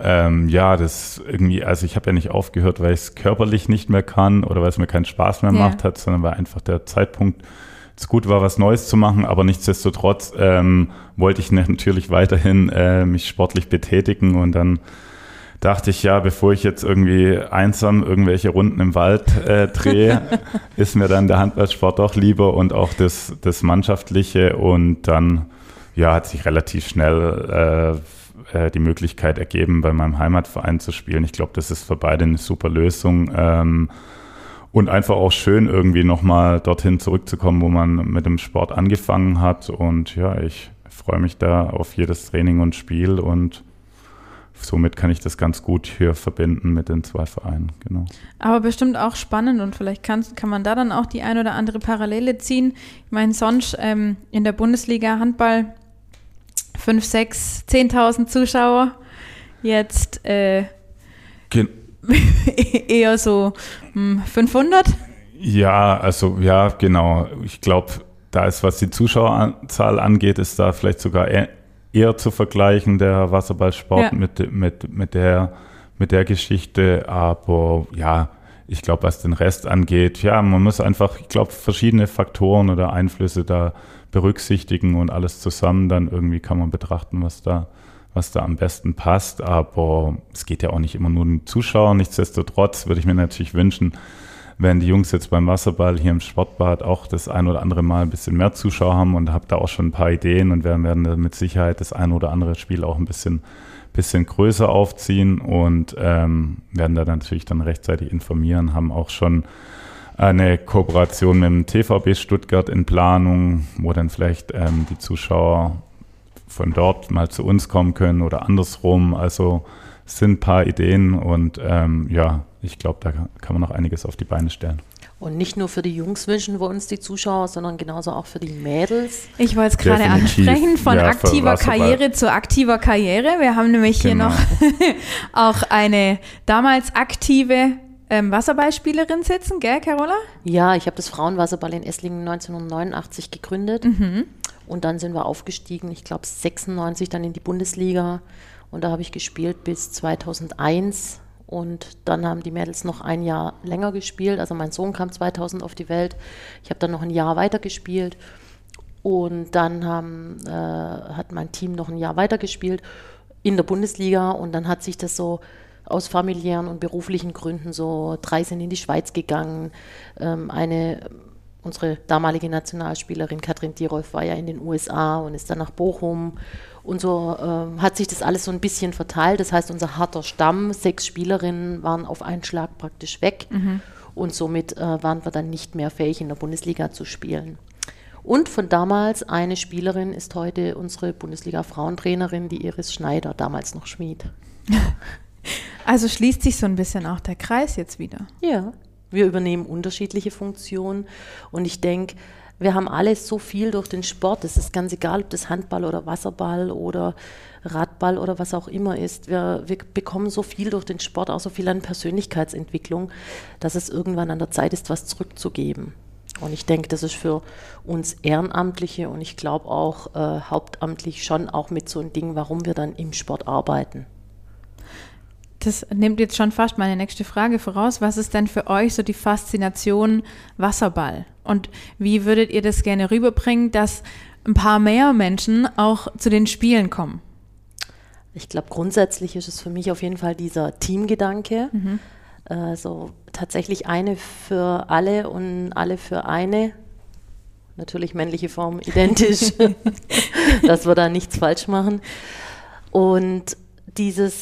das irgendwie, also ich habe ja nicht aufgehört, weil ich es körperlich nicht mehr kann oder weil es mir keinen Spaß mehr gemacht hat, sondern weil einfach der Zeitpunkt zu gut war, was Neues zu machen, aber nichtsdestotrotz wollte ich natürlich weiterhin mich sportlich betätigen und dann dachte ich, bevor ich jetzt irgendwie einsam irgendwelche Runden im Wald drehe, ist mir dann der Handballsport doch lieber und auch das Mannschaftliche und dann hat sich relativ schnell die Möglichkeit ergeben, bei meinem Heimatverein zu spielen. Ich glaube, das ist für beide eine super Lösung und einfach auch schön, irgendwie nochmal dorthin zurückzukommen, wo man mit dem Sport angefangen hat und ich freue mich da auf jedes Training und Spiel und somit kann ich das ganz gut hier verbinden mit den zwei Vereinen, genau. Aber bestimmt auch spannend und vielleicht kann man da dann auch die ein oder andere Parallele ziehen. Ich meine, sonst in der Bundesliga Handball 5, 6, 10.000 Zuschauer, jetzt eher so 500? Ja, genau. Ich glaube, da ist, was die Zuschauerzahl angeht, ist da vielleicht sogar eher zu vergleichen, der Wasserballsport mit der Geschichte. Aber ich glaube, was den Rest angeht, man muss einfach, ich glaube, verschiedene Faktoren oder Einflüsse da berücksichtigen und alles zusammen dann irgendwie kann man betrachten, was da am besten passt. Aber es geht ja auch nicht immer nur um die Zuschauer. Nichtsdestotrotz würde ich mir natürlich wünschen, wenn die Jungs jetzt beim Wasserball hier im Sportbad auch das ein oder andere Mal ein bisschen mehr Zuschauer haben und habe da auch schon ein paar Ideen und werden da mit Sicherheit das ein oder andere Spiel auch ein bisschen größer aufziehen und werden da natürlich dann rechtzeitig informieren, haben auch schon eine Kooperation mit dem TVB Stuttgart in Planung, wo dann vielleicht die Zuschauer von dort mal zu uns kommen können oder andersrum. Also es sind ein paar Ideen und ich glaube, da kann man noch einiges auf die Beine stellen. Und nicht nur für die Jungs wünschen wir uns die Zuschauer, sondern genauso auch für die Mädels. Ich wollte es gerade ansprechen, von aktiver Karriere zu aktiver Karriere. Wir haben nämlich hier noch auch eine damals aktive Wasserballspielerin sitzen, gell, Carola? Ja, ich habe das Frauenwasserball in Esslingen 1989 gegründet und dann sind wir aufgestiegen, ich glaube 96 dann in die Bundesliga und da habe ich gespielt bis 2001 und dann haben die Mädels noch ein Jahr länger gespielt, also mein Sohn kam 2000 auf die Welt, ich habe dann noch ein Jahr weiter gespielt und dann hat mein Team noch ein Jahr weiter gespielt in der Bundesliga und dann hat sich das so aus familiären und beruflichen Gründen so 3 sind in die Schweiz gegangen. Unsere damalige Nationalspielerin Katrin Dierolf war ja in den USA und ist dann nach Bochum. Und so hat sich das alles so ein bisschen verteilt. Das heißt, unser harter Stamm, 6 Spielerinnen, waren auf einen Schlag praktisch weg. Und somit waren wir dann nicht mehr fähig, in der Bundesliga zu spielen. Und von damals, eine Spielerin ist heute unsere Bundesliga-Frauentrainerin, die Iris Schneider, damals noch Schmied. Also schließt sich so ein bisschen auch der Kreis jetzt wieder. Ja, wir übernehmen unterschiedliche Funktionen und ich denke, Wir haben alle so viel durch den Sport, es ist ganz egal, ob das Handball oder Wasserball oder Radball oder was auch immer ist. Wir bekommen so viel durch den Sport, auch so viel an Persönlichkeitsentwicklung, dass es irgendwann an der Zeit ist, was zurückzugeben. Und ich denke, das ist für uns Ehrenamtliche und ich glaube auch hauptamtlich schon auch mit so einem Ding, warum wir dann im Sport arbeiten. Das nimmt jetzt schon fast meine nächste Frage voraus. Was ist denn für euch so die Faszination Wasserball? Und wie würdet ihr das gerne rüberbringen, dass ein paar mehr Menschen auch zu den Spielen kommen? Ich glaube, grundsätzlich ist es für mich auf jeden Fall dieser Teamgedanke. Also tatsächlich eine für alle und alle für eine. Natürlich männliche Form identisch, dass wir da nichts falsch machen. Und dieses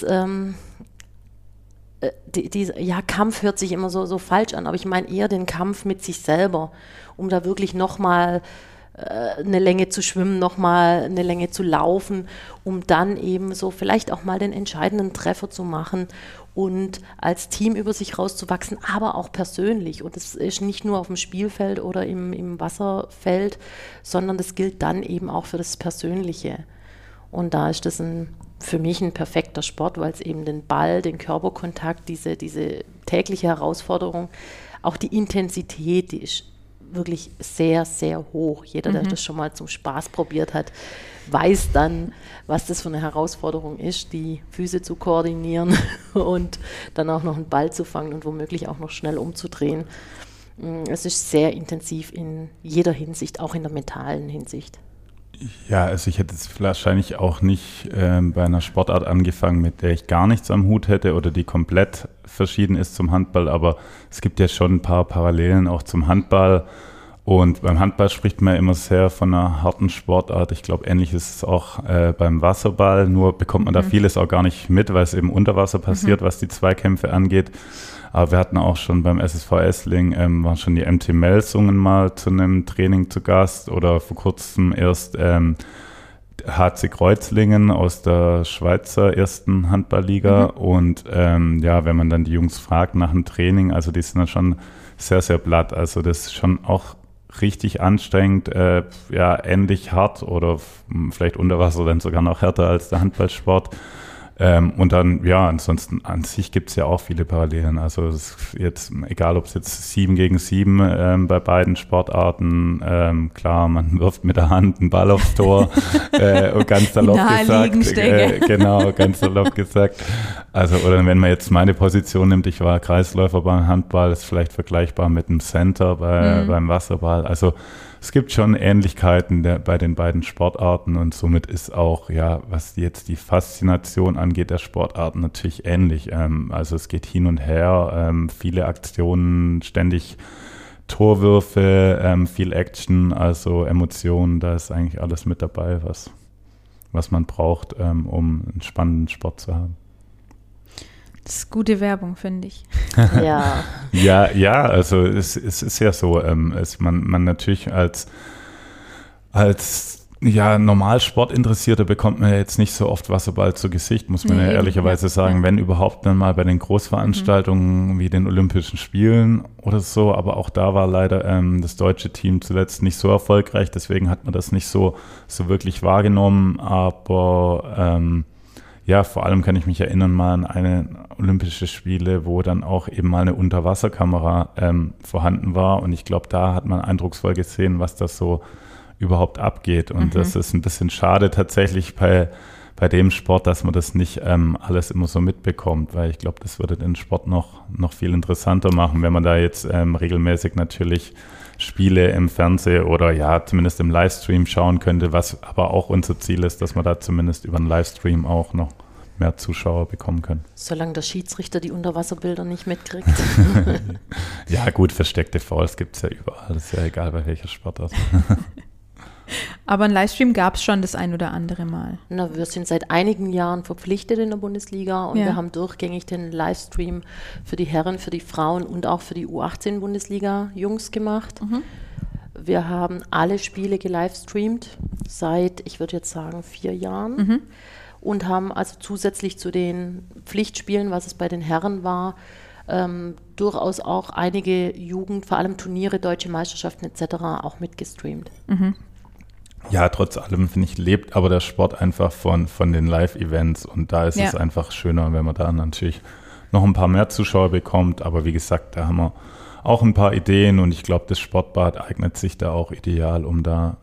Kampf hört sich immer so falsch an, aber ich meine eher den Kampf mit sich selber, um da wirklich nochmal eine Länge zu schwimmen, nochmal eine Länge zu laufen, um dann eben so vielleicht auch mal den entscheidenden Treffer zu machen und als Team über sich rauszuwachsen, aber auch persönlich. Und das ist nicht nur auf dem Spielfeld oder im Wasserfeld, sondern das gilt dann eben auch für das Persönliche. Und da ist das für mich ein perfekter Sport, weil es eben den Ball, den Körperkontakt, diese tägliche Herausforderung, auch die Intensität, die ist wirklich sehr, sehr hoch. Jeder, der das schon mal zum Spaß probiert hat, weiß dann, was das für eine Herausforderung ist, die Füße zu koordinieren und dann auch noch einen Ball zu fangen und womöglich auch noch schnell umzudrehen. Es ist sehr intensiv in jeder Hinsicht, auch in der mentalen Hinsicht. Ja, also ich hätte jetzt wahrscheinlich auch nicht bei einer Sportart angefangen, mit der ich gar nichts am Hut hätte oder die komplett verschieden ist zum Handball, aber es gibt ja schon ein paar Parallelen auch zum Handball und beim Handball spricht man ja immer sehr von einer harten Sportart. Ich glaube, ähnlich ist es auch beim Wasserball, nur bekommt man da vieles auch gar nicht mit, weil es eben unter Wasser passiert, was die Zweikämpfe angeht. Aber wir hatten auch schon beim SSV Esslingen, waren schon die MT Melsungen mal zu einem Training zu Gast oder vor kurzem erst HC Kreuzlingen aus der Schweizer ersten Handballliga. Und wenn man dann die Jungs fragt nach dem Training, also die sind dann schon sehr, sehr platt. Also das ist schon auch richtig anstrengend, ähnlich hart oder vielleicht unter Wasser dann sogar noch härter als der Handballsport. Und dann, ansonsten an sich gibt es ja auch viele Parallelen. Also es ist jetzt, egal ob es jetzt 7 gegen 7 bei beiden Sportarten, klar, man wirft mit der Hand einen Ball aufs Tor, ganz salopp gesagt. Ganz salopp gesagt. Also, oder wenn man jetzt meine Position nimmt, ich war Kreisläufer beim Handball, ist vielleicht vergleichbar mit einem Center beim Wasserball. Also es gibt schon Ähnlichkeiten bei den beiden Sportarten und somit ist auch, was jetzt die Faszination angeht der Sportarten natürlich ähnlich. Also es geht hin und her, viele Aktionen, ständig Torwürfe, viel Action, also Emotionen, da ist eigentlich alles mit dabei, was man braucht, um einen spannenden Sport zu haben. Das ist gute Werbung, finde ich. Ja, also es ist ja so, man natürlich als normal Sportinteressierter bekommt man ja jetzt nicht so oft Wasserball zu Gesicht, muss man ehrlicherweise sagen, wenn überhaupt dann mal bei den Großveranstaltungen wie den Olympischen Spielen oder so, aber auch da war leider das deutsche Team zuletzt nicht so erfolgreich, deswegen hat man das nicht so wirklich wahrgenommen, aber vor allem kann ich mich erinnern mal an eine Olympische Spiele, wo dann auch eben mal eine Unterwasserkamera vorhanden war und ich glaube, da hat man eindrucksvoll gesehen, was das so überhaupt abgeht und das ist ein bisschen schade tatsächlich bei dem Sport, dass man das nicht alles immer so mitbekommt, weil ich glaube, das würde den Sport noch viel interessanter machen, wenn man da jetzt regelmäßig natürlich Spiele im Fernsehen oder zumindest im Livestream schauen könnte, was aber auch unser Ziel ist, dass wir da zumindest über einen Livestream auch noch mehr Zuschauer bekommen können. Solange der Schiedsrichter die Unterwasserbilder nicht mitkriegt. Ja gut, versteckte Fouls gibt es ja überall, das ist ja egal bei welcher Sportart. Aber ein Livestream gab es schon das ein oder andere Mal. Na, wir sind seit einigen Jahren verpflichtet in der Bundesliga und wir haben durchgängig den Livestream für die Herren, für die Frauen und auch für die U18-Bundesliga-Jungs gemacht. Wir haben alle Spiele gelivestreamt seit, ich würde jetzt sagen, 4 Jahren und haben also zusätzlich zu den Pflichtspielen, was es bei den Herren war, durchaus auch einige vor allem Turniere, deutsche Meisterschaften etc. auch mitgestreamt. Ja, trotz allem, finde ich, lebt aber der Sport einfach von den Live-Events und da ist es einfach schöner, wenn man da natürlich noch ein paar mehr Zuschauer bekommt, aber wie gesagt, da haben wir auch ein paar Ideen und ich glaube, das Sportbad eignet sich da auch ideal, um da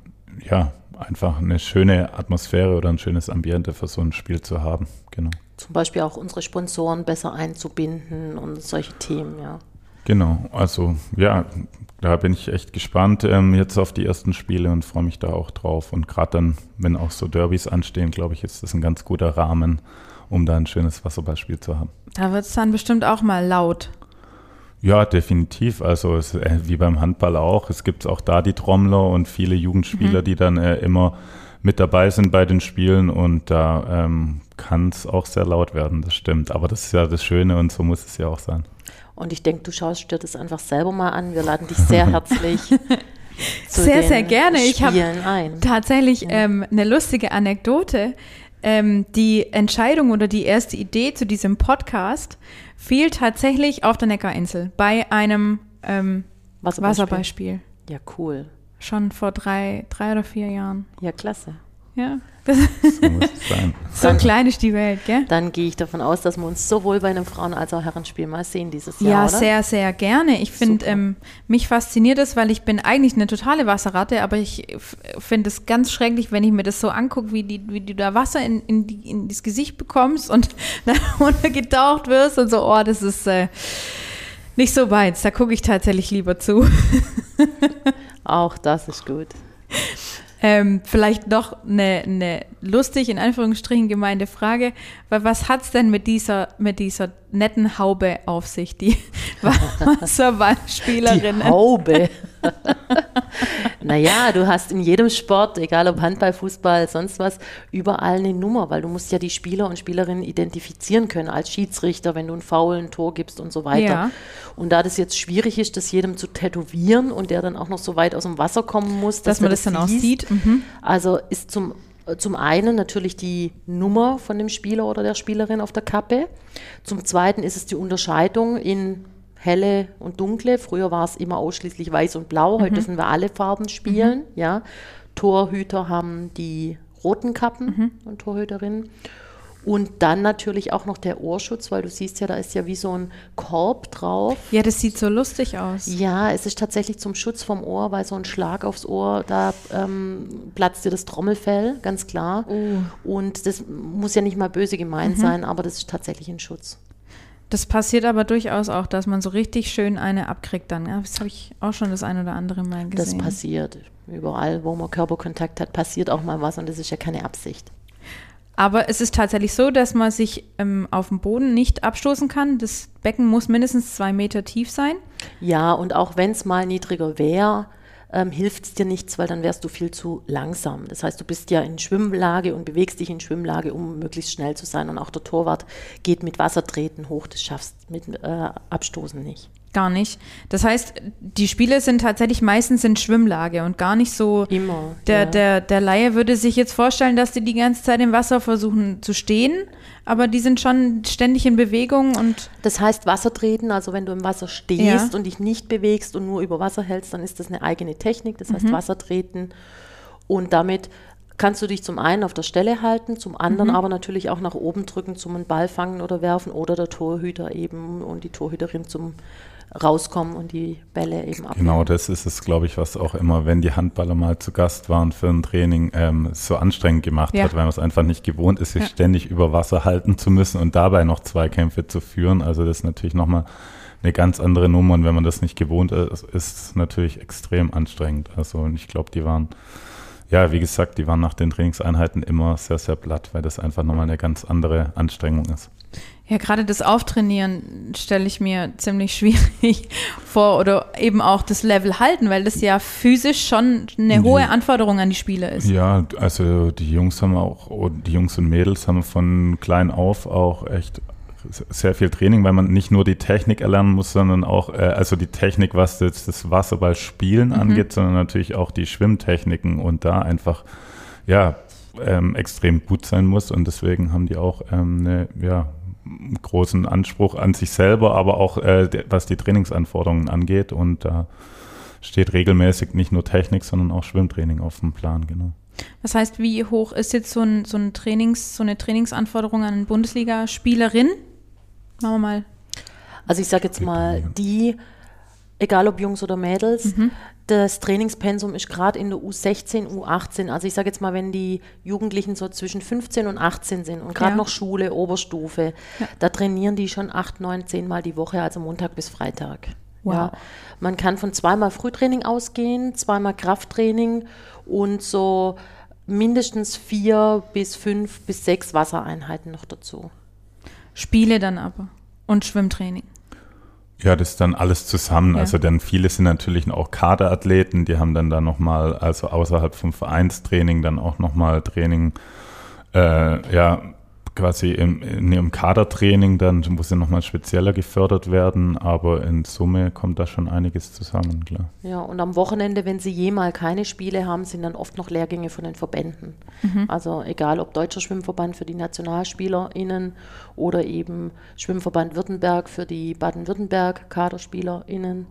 einfach eine schöne Atmosphäre oder ein schönes Ambiente für so ein Spiel zu haben. Genau. Zum Beispiel auch unsere Sponsoren besser einzubinden und solche Themen, ja. Genau, also ja, da bin ich echt gespannt jetzt auf die ersten Spiele und freue mich da auch drauf. Und gerade dann, wenn auch so Derbys anstehen, glaube ich, ist das ein ganz guter Rahmen, um da ein schönes Wasserballspiel zu haben. Da wird es dann bestimmt auch mal laut. Ja, definitiv. Also es, wie beim Handball auch. Es gibt auch da die Trommler und viele Jugendspieler, die dann immer mit dabei sind bei den Spielen und da kann es auch sehr laut werden, das stimmt. Aber das ist ja das Schöne und so muss es ja auch sein. Und ich denke, du schaust dir das einfach selber mal an. Wir laden dich sehr herzlich sehr, sehr gerne. Ich habe ein. Tatsächlich eine lustige Anekdote. Die Entscheidung oder die erste Idee zu diesem Podcast fiel tatsächlich auf der Neckarinsel bei einem Wasserballspiel. Ja, cool. Schon vor 3 oder 4 Jahren. Ja, klasse. Ja. So muss es sein. So klein ist die Welt, gell? Dann gehe ich davon aus, dass wir uns sowohl bei einem Frauen- als auch Herrenspiel mal sehen dieses Jahr, Ja, oder? sehr, sehr gerne. Ich finde, mich fasziniert es, weil ich bin eigentlich eine totale Wasserratte, aber ich finde es ganz schrecklich, wenn ich mir das so angucke, wie du da Wasser in das Gesicht bekommst und dann runtergetaucht wirst und so, das ist nicht so weit. Da gucke ich tatsächlich lieber zu. Auch das ist gut. Vielleicht noch eine lustig, in Anführungsstrichen gemeinte Frage, weil was hat es denn mit dieser netten Haube auf sich, die Wasserballspielerin? Die Haube? Naja, du hast in jedem Sport, egal ob Handball, Fußball, sonst was, überall eine Nummer, weil du musst ja die Spieler und Spielerinnen identifizieren können als Schiedsrichter, wenn du einen Foul, ein Tor gibst und so weiter. Ja. Und da das jetzt schwierig ist, das jedem zu tätowieren und der dann auch noch so weit aus dem Wasser kommen muss, dass man das dann auch sieht. Mhm. Also ist zum einen natürlich die Nummer von dem Spieler oder der Spielerin auf der Kappe. Zum zweiten ist es die Unterscheidung in helle und dunkle. Früher war es immer ausschließlich weiß und blau. Heute dürfen wir alle Farben spielen. Ja. Torhüter haben die roten Kappen und Torhüterinnen. Und dann natürlich auch noch der Ohrschutz, weil du siehst ja, da ist ja wie so ein Korb drauf. Ja, das sieht so lustig aus. Ja, es ist tatsächlich zum Schutz vom Ohr, weil so ein Schlag aufs Ohr, da platzt dir das Trommelfell, ganz klar. Und das muss ja nicht mal böse gemeint sein, aber das ist tatsächlich ein Schutz. Das passiert aber durchaus auch, dass man so richtig schön eine abkriegt dann. Ja, das habe ich auch schon das ein oder andere Mal gesehen. Das passiert. Überall, wo man Körperkontakt hat, passiert auch mal was und das ist ja keine Absicht. Aber es ist tatsächlich so, dass man sich auf dem Boden nicht abstoßen kann. Das Becken muss mindestens 2 Meter tief sein. Ja, und auch wenn es mal niedriger wäre, hilft es dir nichts, weil dann wärst du viel zu langsam. Das heißt, du bist ja in Schwimmlage und bewegst dich in Schwimmlage, um möglichst schnell zu sein. Und auch der Torwart geht mit Wassertreten hoch, das schaffst mit Abstoßen nicht. Gar nicht. Das heißt, die Spiele sind tatsächlich meistens in Schwimmlage und gar nicht so. Immer. Der Laie würde sich jetzt vorstellen, dass die ganze Zeit im Wasser versuchen zu stehen, aber die sind schon ständig in Bewegung und. Das heißt Wassertreten, also wenn du im Wasser stehst und dich nicht bewegst und nur über Wasser hältst, dann ist das eine eigene Technik, das heißt Wassertreten. Und damit kannst du dich zum einen auf der Stelle halten, zum anderen aber natürlich auch nach oben drücken, zum einen Ball fangen oder werfen oder der Torhüter eben und die Torhüterin zum rauskommen und die Bälle eben abnehmen. Genau, das ist es, glaube ich, was auch immer, wenn die Handballer mal zu Gast waren für ein Training, so anstrengend gemacht hat, weil man es einfach nicht gewohnt ist, sich ständig über Wasser halten zu müssen und dabei noch Zweikämpfe zu führen. Also das ist natürlich nochmal eine ganz andere Nummer und wenn man das nicht gewohnt ist, ist es natürlich extrem anstrengend. Also und ich glaube, die waren, ja, wie gesagt, die waren nach den Trainingseinheiten immer sehr, sehr platt, weil das einfach nochmal eine ganz andere Anstrengung ist. Ja, gerade das Auftrainieren stelle ich mir ziemlich schwierig vor oder eben auch das Level halten, weil das ja physisch schon eine hohe Anforderung an die Spieler ist. Ja, also die Jungs und Mädels haben von klein auf auch echt sehr viel Training, weil man nicht nur die Technik erlernen muss, sondern auch, also die Technik, was das Wasserballspielen angeht, sondern natürlich auch die Schwimmtechniken und da einfach, ja, extrem gut sein muss und deswegen haben die auch eine großen Anspruch an sich selber, aber auch was die Trainingsanforderungen angeht. Und da steht regelmäßig nicht nur Technik, sondern auch Schwimmtraining auf dem Plan, genau. Das heißt, wie hoch ist jetzt so eine Trainingsanforderung an eine Bundesligaspielerin? Machen wir mal. Also ich sage jetzt mal, egal ob Jungs oder Mädels, das Trainingspensum ist gerade in der U16, U18, also ich sage jetzt mal, wenn die Jugendlichen so zwischen 15 und 18 sind und gerade noch Schule, Oberstufe, da trainieren die schon 8, 9, 10 Mal die Woche, also Montag bis Freitag. Wow. Ja. Man kann von 2-mal Frühtraining ausgehen, 2-mal Krafttraining und so mindestens 4 bis 5 bis 6 Wassereinheiten noch dazu. Spiele dann aber und Schwimmtraining. Ja, das ist dann alles zusammen. Ja. Also dann viele sind natürlich auch Kaderathleten, die haben dann da nochmal, also außerhalb vom Vereinstraining dann auch nochmal Training, quasi in ihrem Kadertraining, dann muss ja nochmal spezieller gefördert werden, aber in Summe kommt da schon einiges zusammen, klar. Ja, und am Wochenende, wenn sie jemals keine Spiele haben, sind dann oft noch Lehrgänge von den Verbänden. Also egal, ob Deutscher Schwimmverband für die NationalspielerInnen oder eben Schwimmverband Württemberg für die Baden-Württemberg-KaderspielerInnen.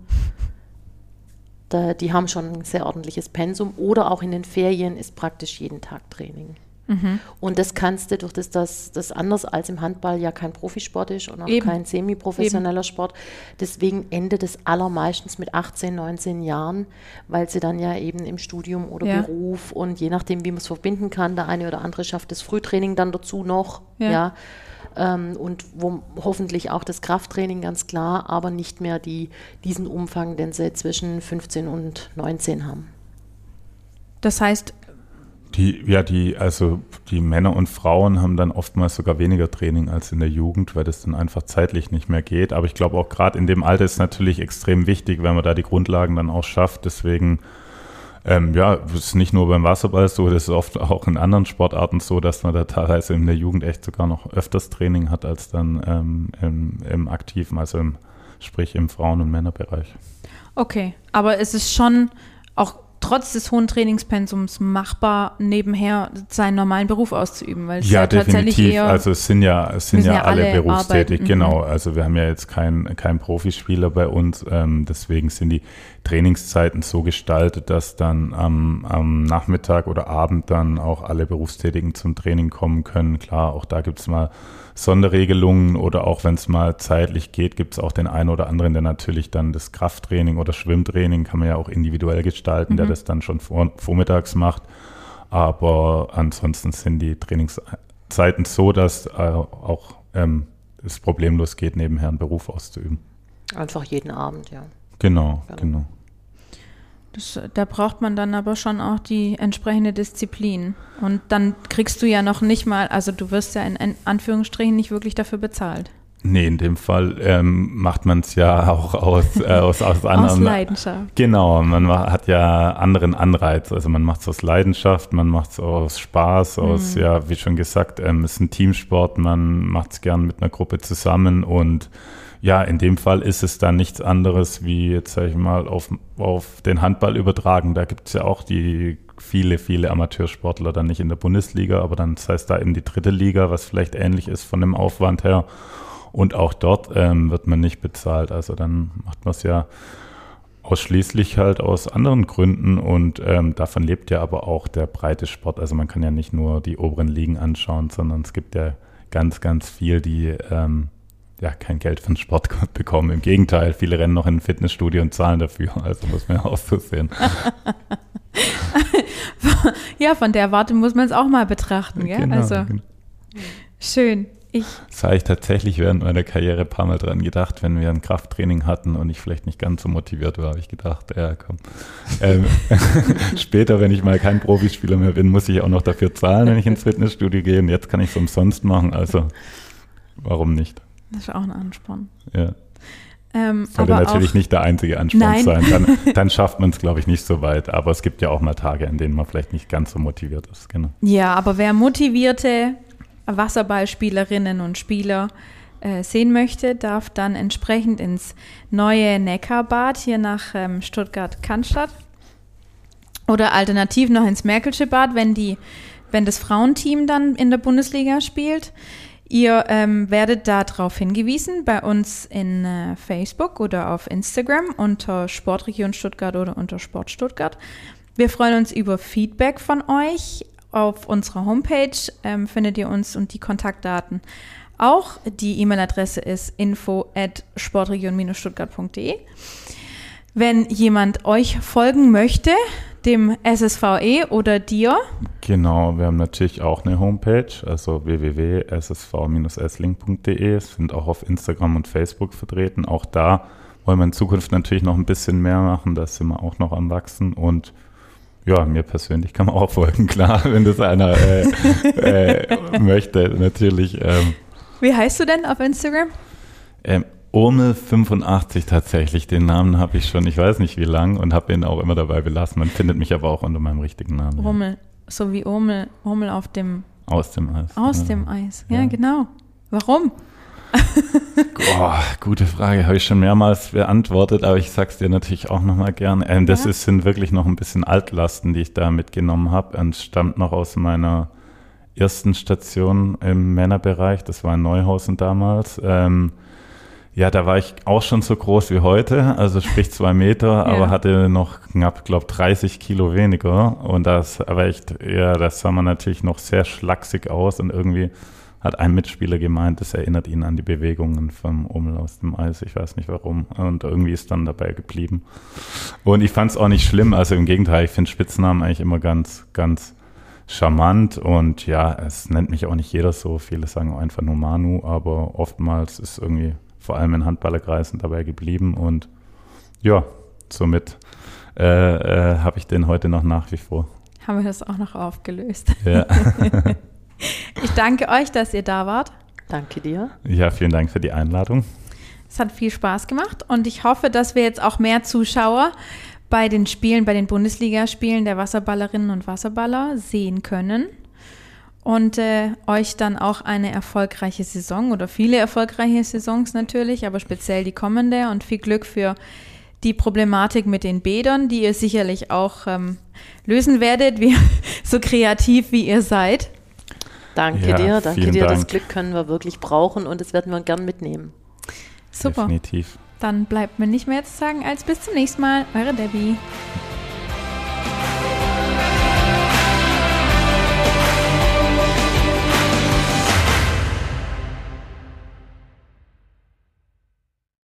Die haben schon ein sehr ordentliches Pensum. Oder auch in den Ferien ist praktisch jeden Tag Training. Und das kannst du, durch das anders als im Handball ja kein Profisport ist und auch kein semi-professioneller Sport, deswegen endet es allermeistens mit 18, 19 Jahren, weil sie dann ja eben im Studium oder Beruf und je nachdem, wie man es verbinden kann, der eine oder andere schafft das Frühtraining dann dazu noch, und wo hoffentlich auch das Krafttraining, ganz klar, aber nicht mehr diesen Umfang, den sie zwischen 15 und 19 haben. Das heißt, Die Männer und Frauen haben dann oftmals sogar weniger Training als in der Jugend, weil das dann einfach zeitlich nicht mehr geht. Aber ich glaube auch gerade in dem Alter ist es natürlich extrem wichtig, wenn man da die Grundlagen dann auch schafft. Deswegen, das ist nicht nur beim Wasserball so, das ist oft auch in anderen Sportarten so, dass man da teilweise in der Jugend echt sogar noch öfters Training hat als dann im Aktiven, also sprich im Frauen- und Männerbereich. okay, aber es ist schon auch trotz des hohen Trainingspensums machbar, nebenher seinen normalen Beruf auszuüben, weil es ja tatsächlich definitiv. eher, Also es sind ja alle berufstätig, arbeiten. genau. Also wir haben ja jetzt keinen Profispieler bei uns, deswegen sind die Trainingszeiten so gestaltet, dass dann am Nachmittag oder Abend dann auch alle Berufstätigen zum Training kommen können. Klar, auch da gibt es mal Sonderregelungen oder auch wenn es mal zeitlich geht, gibt es auch den einen oder anderen, der natürlich dann das Krafttraining oder Schwimmtraining kann man ja auch individuell gestalten, der das dann schon vormittags macht. Aber ansonsten sind die Trainingszeiten so, dass auch es problemlos geht, nebenher einen Beruf auszuüben. Einfach jeden Abend, ja. Genau. da braucht man dann aber schon auch die entsprechende Disziplin. Und dann kriegst du ja noch nicht mal, also du wirst ja in Anführungsstrichen nicht wirklich dafür bezahlt. Nee, in dem Fall macht man es ja auch aus anderen. Aus Leidenschaft. Genau, man hat ja anderen Anreiz. Also man macht es aus Leidenschaft, man macht es aus Spaß, wie schon gesagt, es ist ein Teamsport, man macht es gern mit einer Gruppe zusammen und ja, in dem Fall ist es dann nichts anderes wie, jetzt sage ich mal, auf den Handball übertragen. Da gibt es ja auch die viele Amateursportler, dann nicht in der Bundesliga, aber dann, das heißt da eben die 3. Liga, was vielleicht ähnlich ist von dem Aufwand her. Und auch dort wird man nicht bezahlt. Also dann macht man es ja ausschließlich halt aus anderen Gründen und davon lebt ja aber auch der breite Sport. Also man kann ja nicht nur die oberen Ligen anschauen, sondern es gibt ja ganz viel, die kein Geld für den Sport bekommen. Im Gegenteil, viele rennen noch in ein Fitnessstudio und zahlen dafür. Also muss man ja auch so sehen. Ja, von der Warte muss man es auch mal betrachten. Gell? Genau. Schön. Das habe ich tatsächlich während meiner Karriere ein paar Mal dran gedacht, wenn wir ein Krafttraining hatten und ich vielleicht nicht ganz so motiviert war, habe ich gedacht, ja komm. Später, wenn ich mal kein Profispieler mehr bin, muss ich auch noch dafür zahlen, wenn ich ins Fitnessstudio gehe. Und jetzt kann ich es umsonst machen, also warum nicht? Das ist auch ein Ansporn. Ja. Sollte natürlich nicht der einzige Ansporn sein. Dann schafft man es, glaube ich, nicht so weit. Aber es gibt ja auch mal Tage, in denen man vielleicht nicht ganz so motiviert ist. Genau. Ja, aber wer motivierte Wasserballspielerinnen und Spieler sehen möchte, darf dann entsprechend ins neue Neckarbad hier nach Stuttgart-Cannstatt oder alternativ noch ins Märkische Bad, wenn das Frauenteam dann in der Bundesliga spielt. Ihr werdet darauf hingewiesen bei uns in Facebook oder auf Instagram unter Sportregion Stuttgart oder unter Sport Stuttgart. Wir freuen uns über Feedback von euch. Auf unserer Homepage findet ihr uns und die Kontaktdaten auch. Die E-Mail-Adresse ist info@sportregion-stuttgart.de. Wenn jemand euch folgen möchte, dem SSVE oder dir? Genau, wir haben natürlich auch eine Homepage, also www.ssv-essling.de, sind auch auf Instagram und Facebook vertreten. Auch da wollen wir in Zukunft natürlich noch ein bisschen mehr machen, da sind wir auch noch am Wachsen und ja, mir persönlich kann man auch folgen, klar, wenn das einer möchte, natürlich. Wie heißt du denn auf Instagram? Urmel85 tatsächlich, den Namen habe ich schon, ich weiß nicht wie lang und habe ihn auch immer dabei belassen. Man findet mich aber auch unter meinem richtigen Namen. Urmel, so wie Urmel auf dem... Aus dem Eis. Aus dem Eis, ja, genau. Warum? Gute Frage, habe ich schon mehrmals beantwortet, aber ich sag's dir natürlich auch nochmal gern. Sind wirklich noch ein bisschen Altlasten, die ich da mitgenommen habe. Es stammt noch aus meiner ersten Station im Männerbereich, das war in Neuhausen damals. Ja, da war ich auch schon so groß wie heute, also sprich 2 Meter, aber hatte noch knapp, 30 Kilo weniger. Und das sah man natürlich noch sehr schlaksig aus und irgendwie hat ein Mitspieler gemeint, das erinnert ihn an die Bewegungen vom Urmel aus dem Eis. Ich weiß nicht warum. Und irgendwie ist dann dabei geblieben. Und ich fand es auch nicht schlimm. Also im Gegenteil, ich finde Spitznamen eigentlich immer ganz, ganz charmant. Und ja, es nennt mich auch nicht jeder so. Viele sagen auch einfach nur Manu. Aber oftmals ist irgendwie vor allem in Handballerkreisen dabei geblieben. Und ja, somit habe ich den heute noch nach wie vor. Haben wir das auch noch aufgelöst. Ja. Ich danke euch, dass ihr da wart. Danke dir. Ja, vielen Dank für die Einladung. Es hat viel Spaß gemacht und ich hoffe, dass wir jetzt auch mehr Zuschauer bei den Spielen, bei den Bundesligaspielen der Wasserballerinnen und Wasserballer sehen können und euch dann auch eine erfolgreiche Saison oder viele erfolgreiche Saisons natürlich, aber speziell die kommende und viel Glück für die Problematik mit den Bädern, die ihr sicherlich auch lösen werdet, so kreativ wie ihr seid. Danke dir. Das Glück können wir wirklich brauchen und das werden wir gern mitnehmen. Super. Definitiv. Dann bleibt mir nicht mehr zu sagen als bis zum nächsten Mal. Eure Debbie.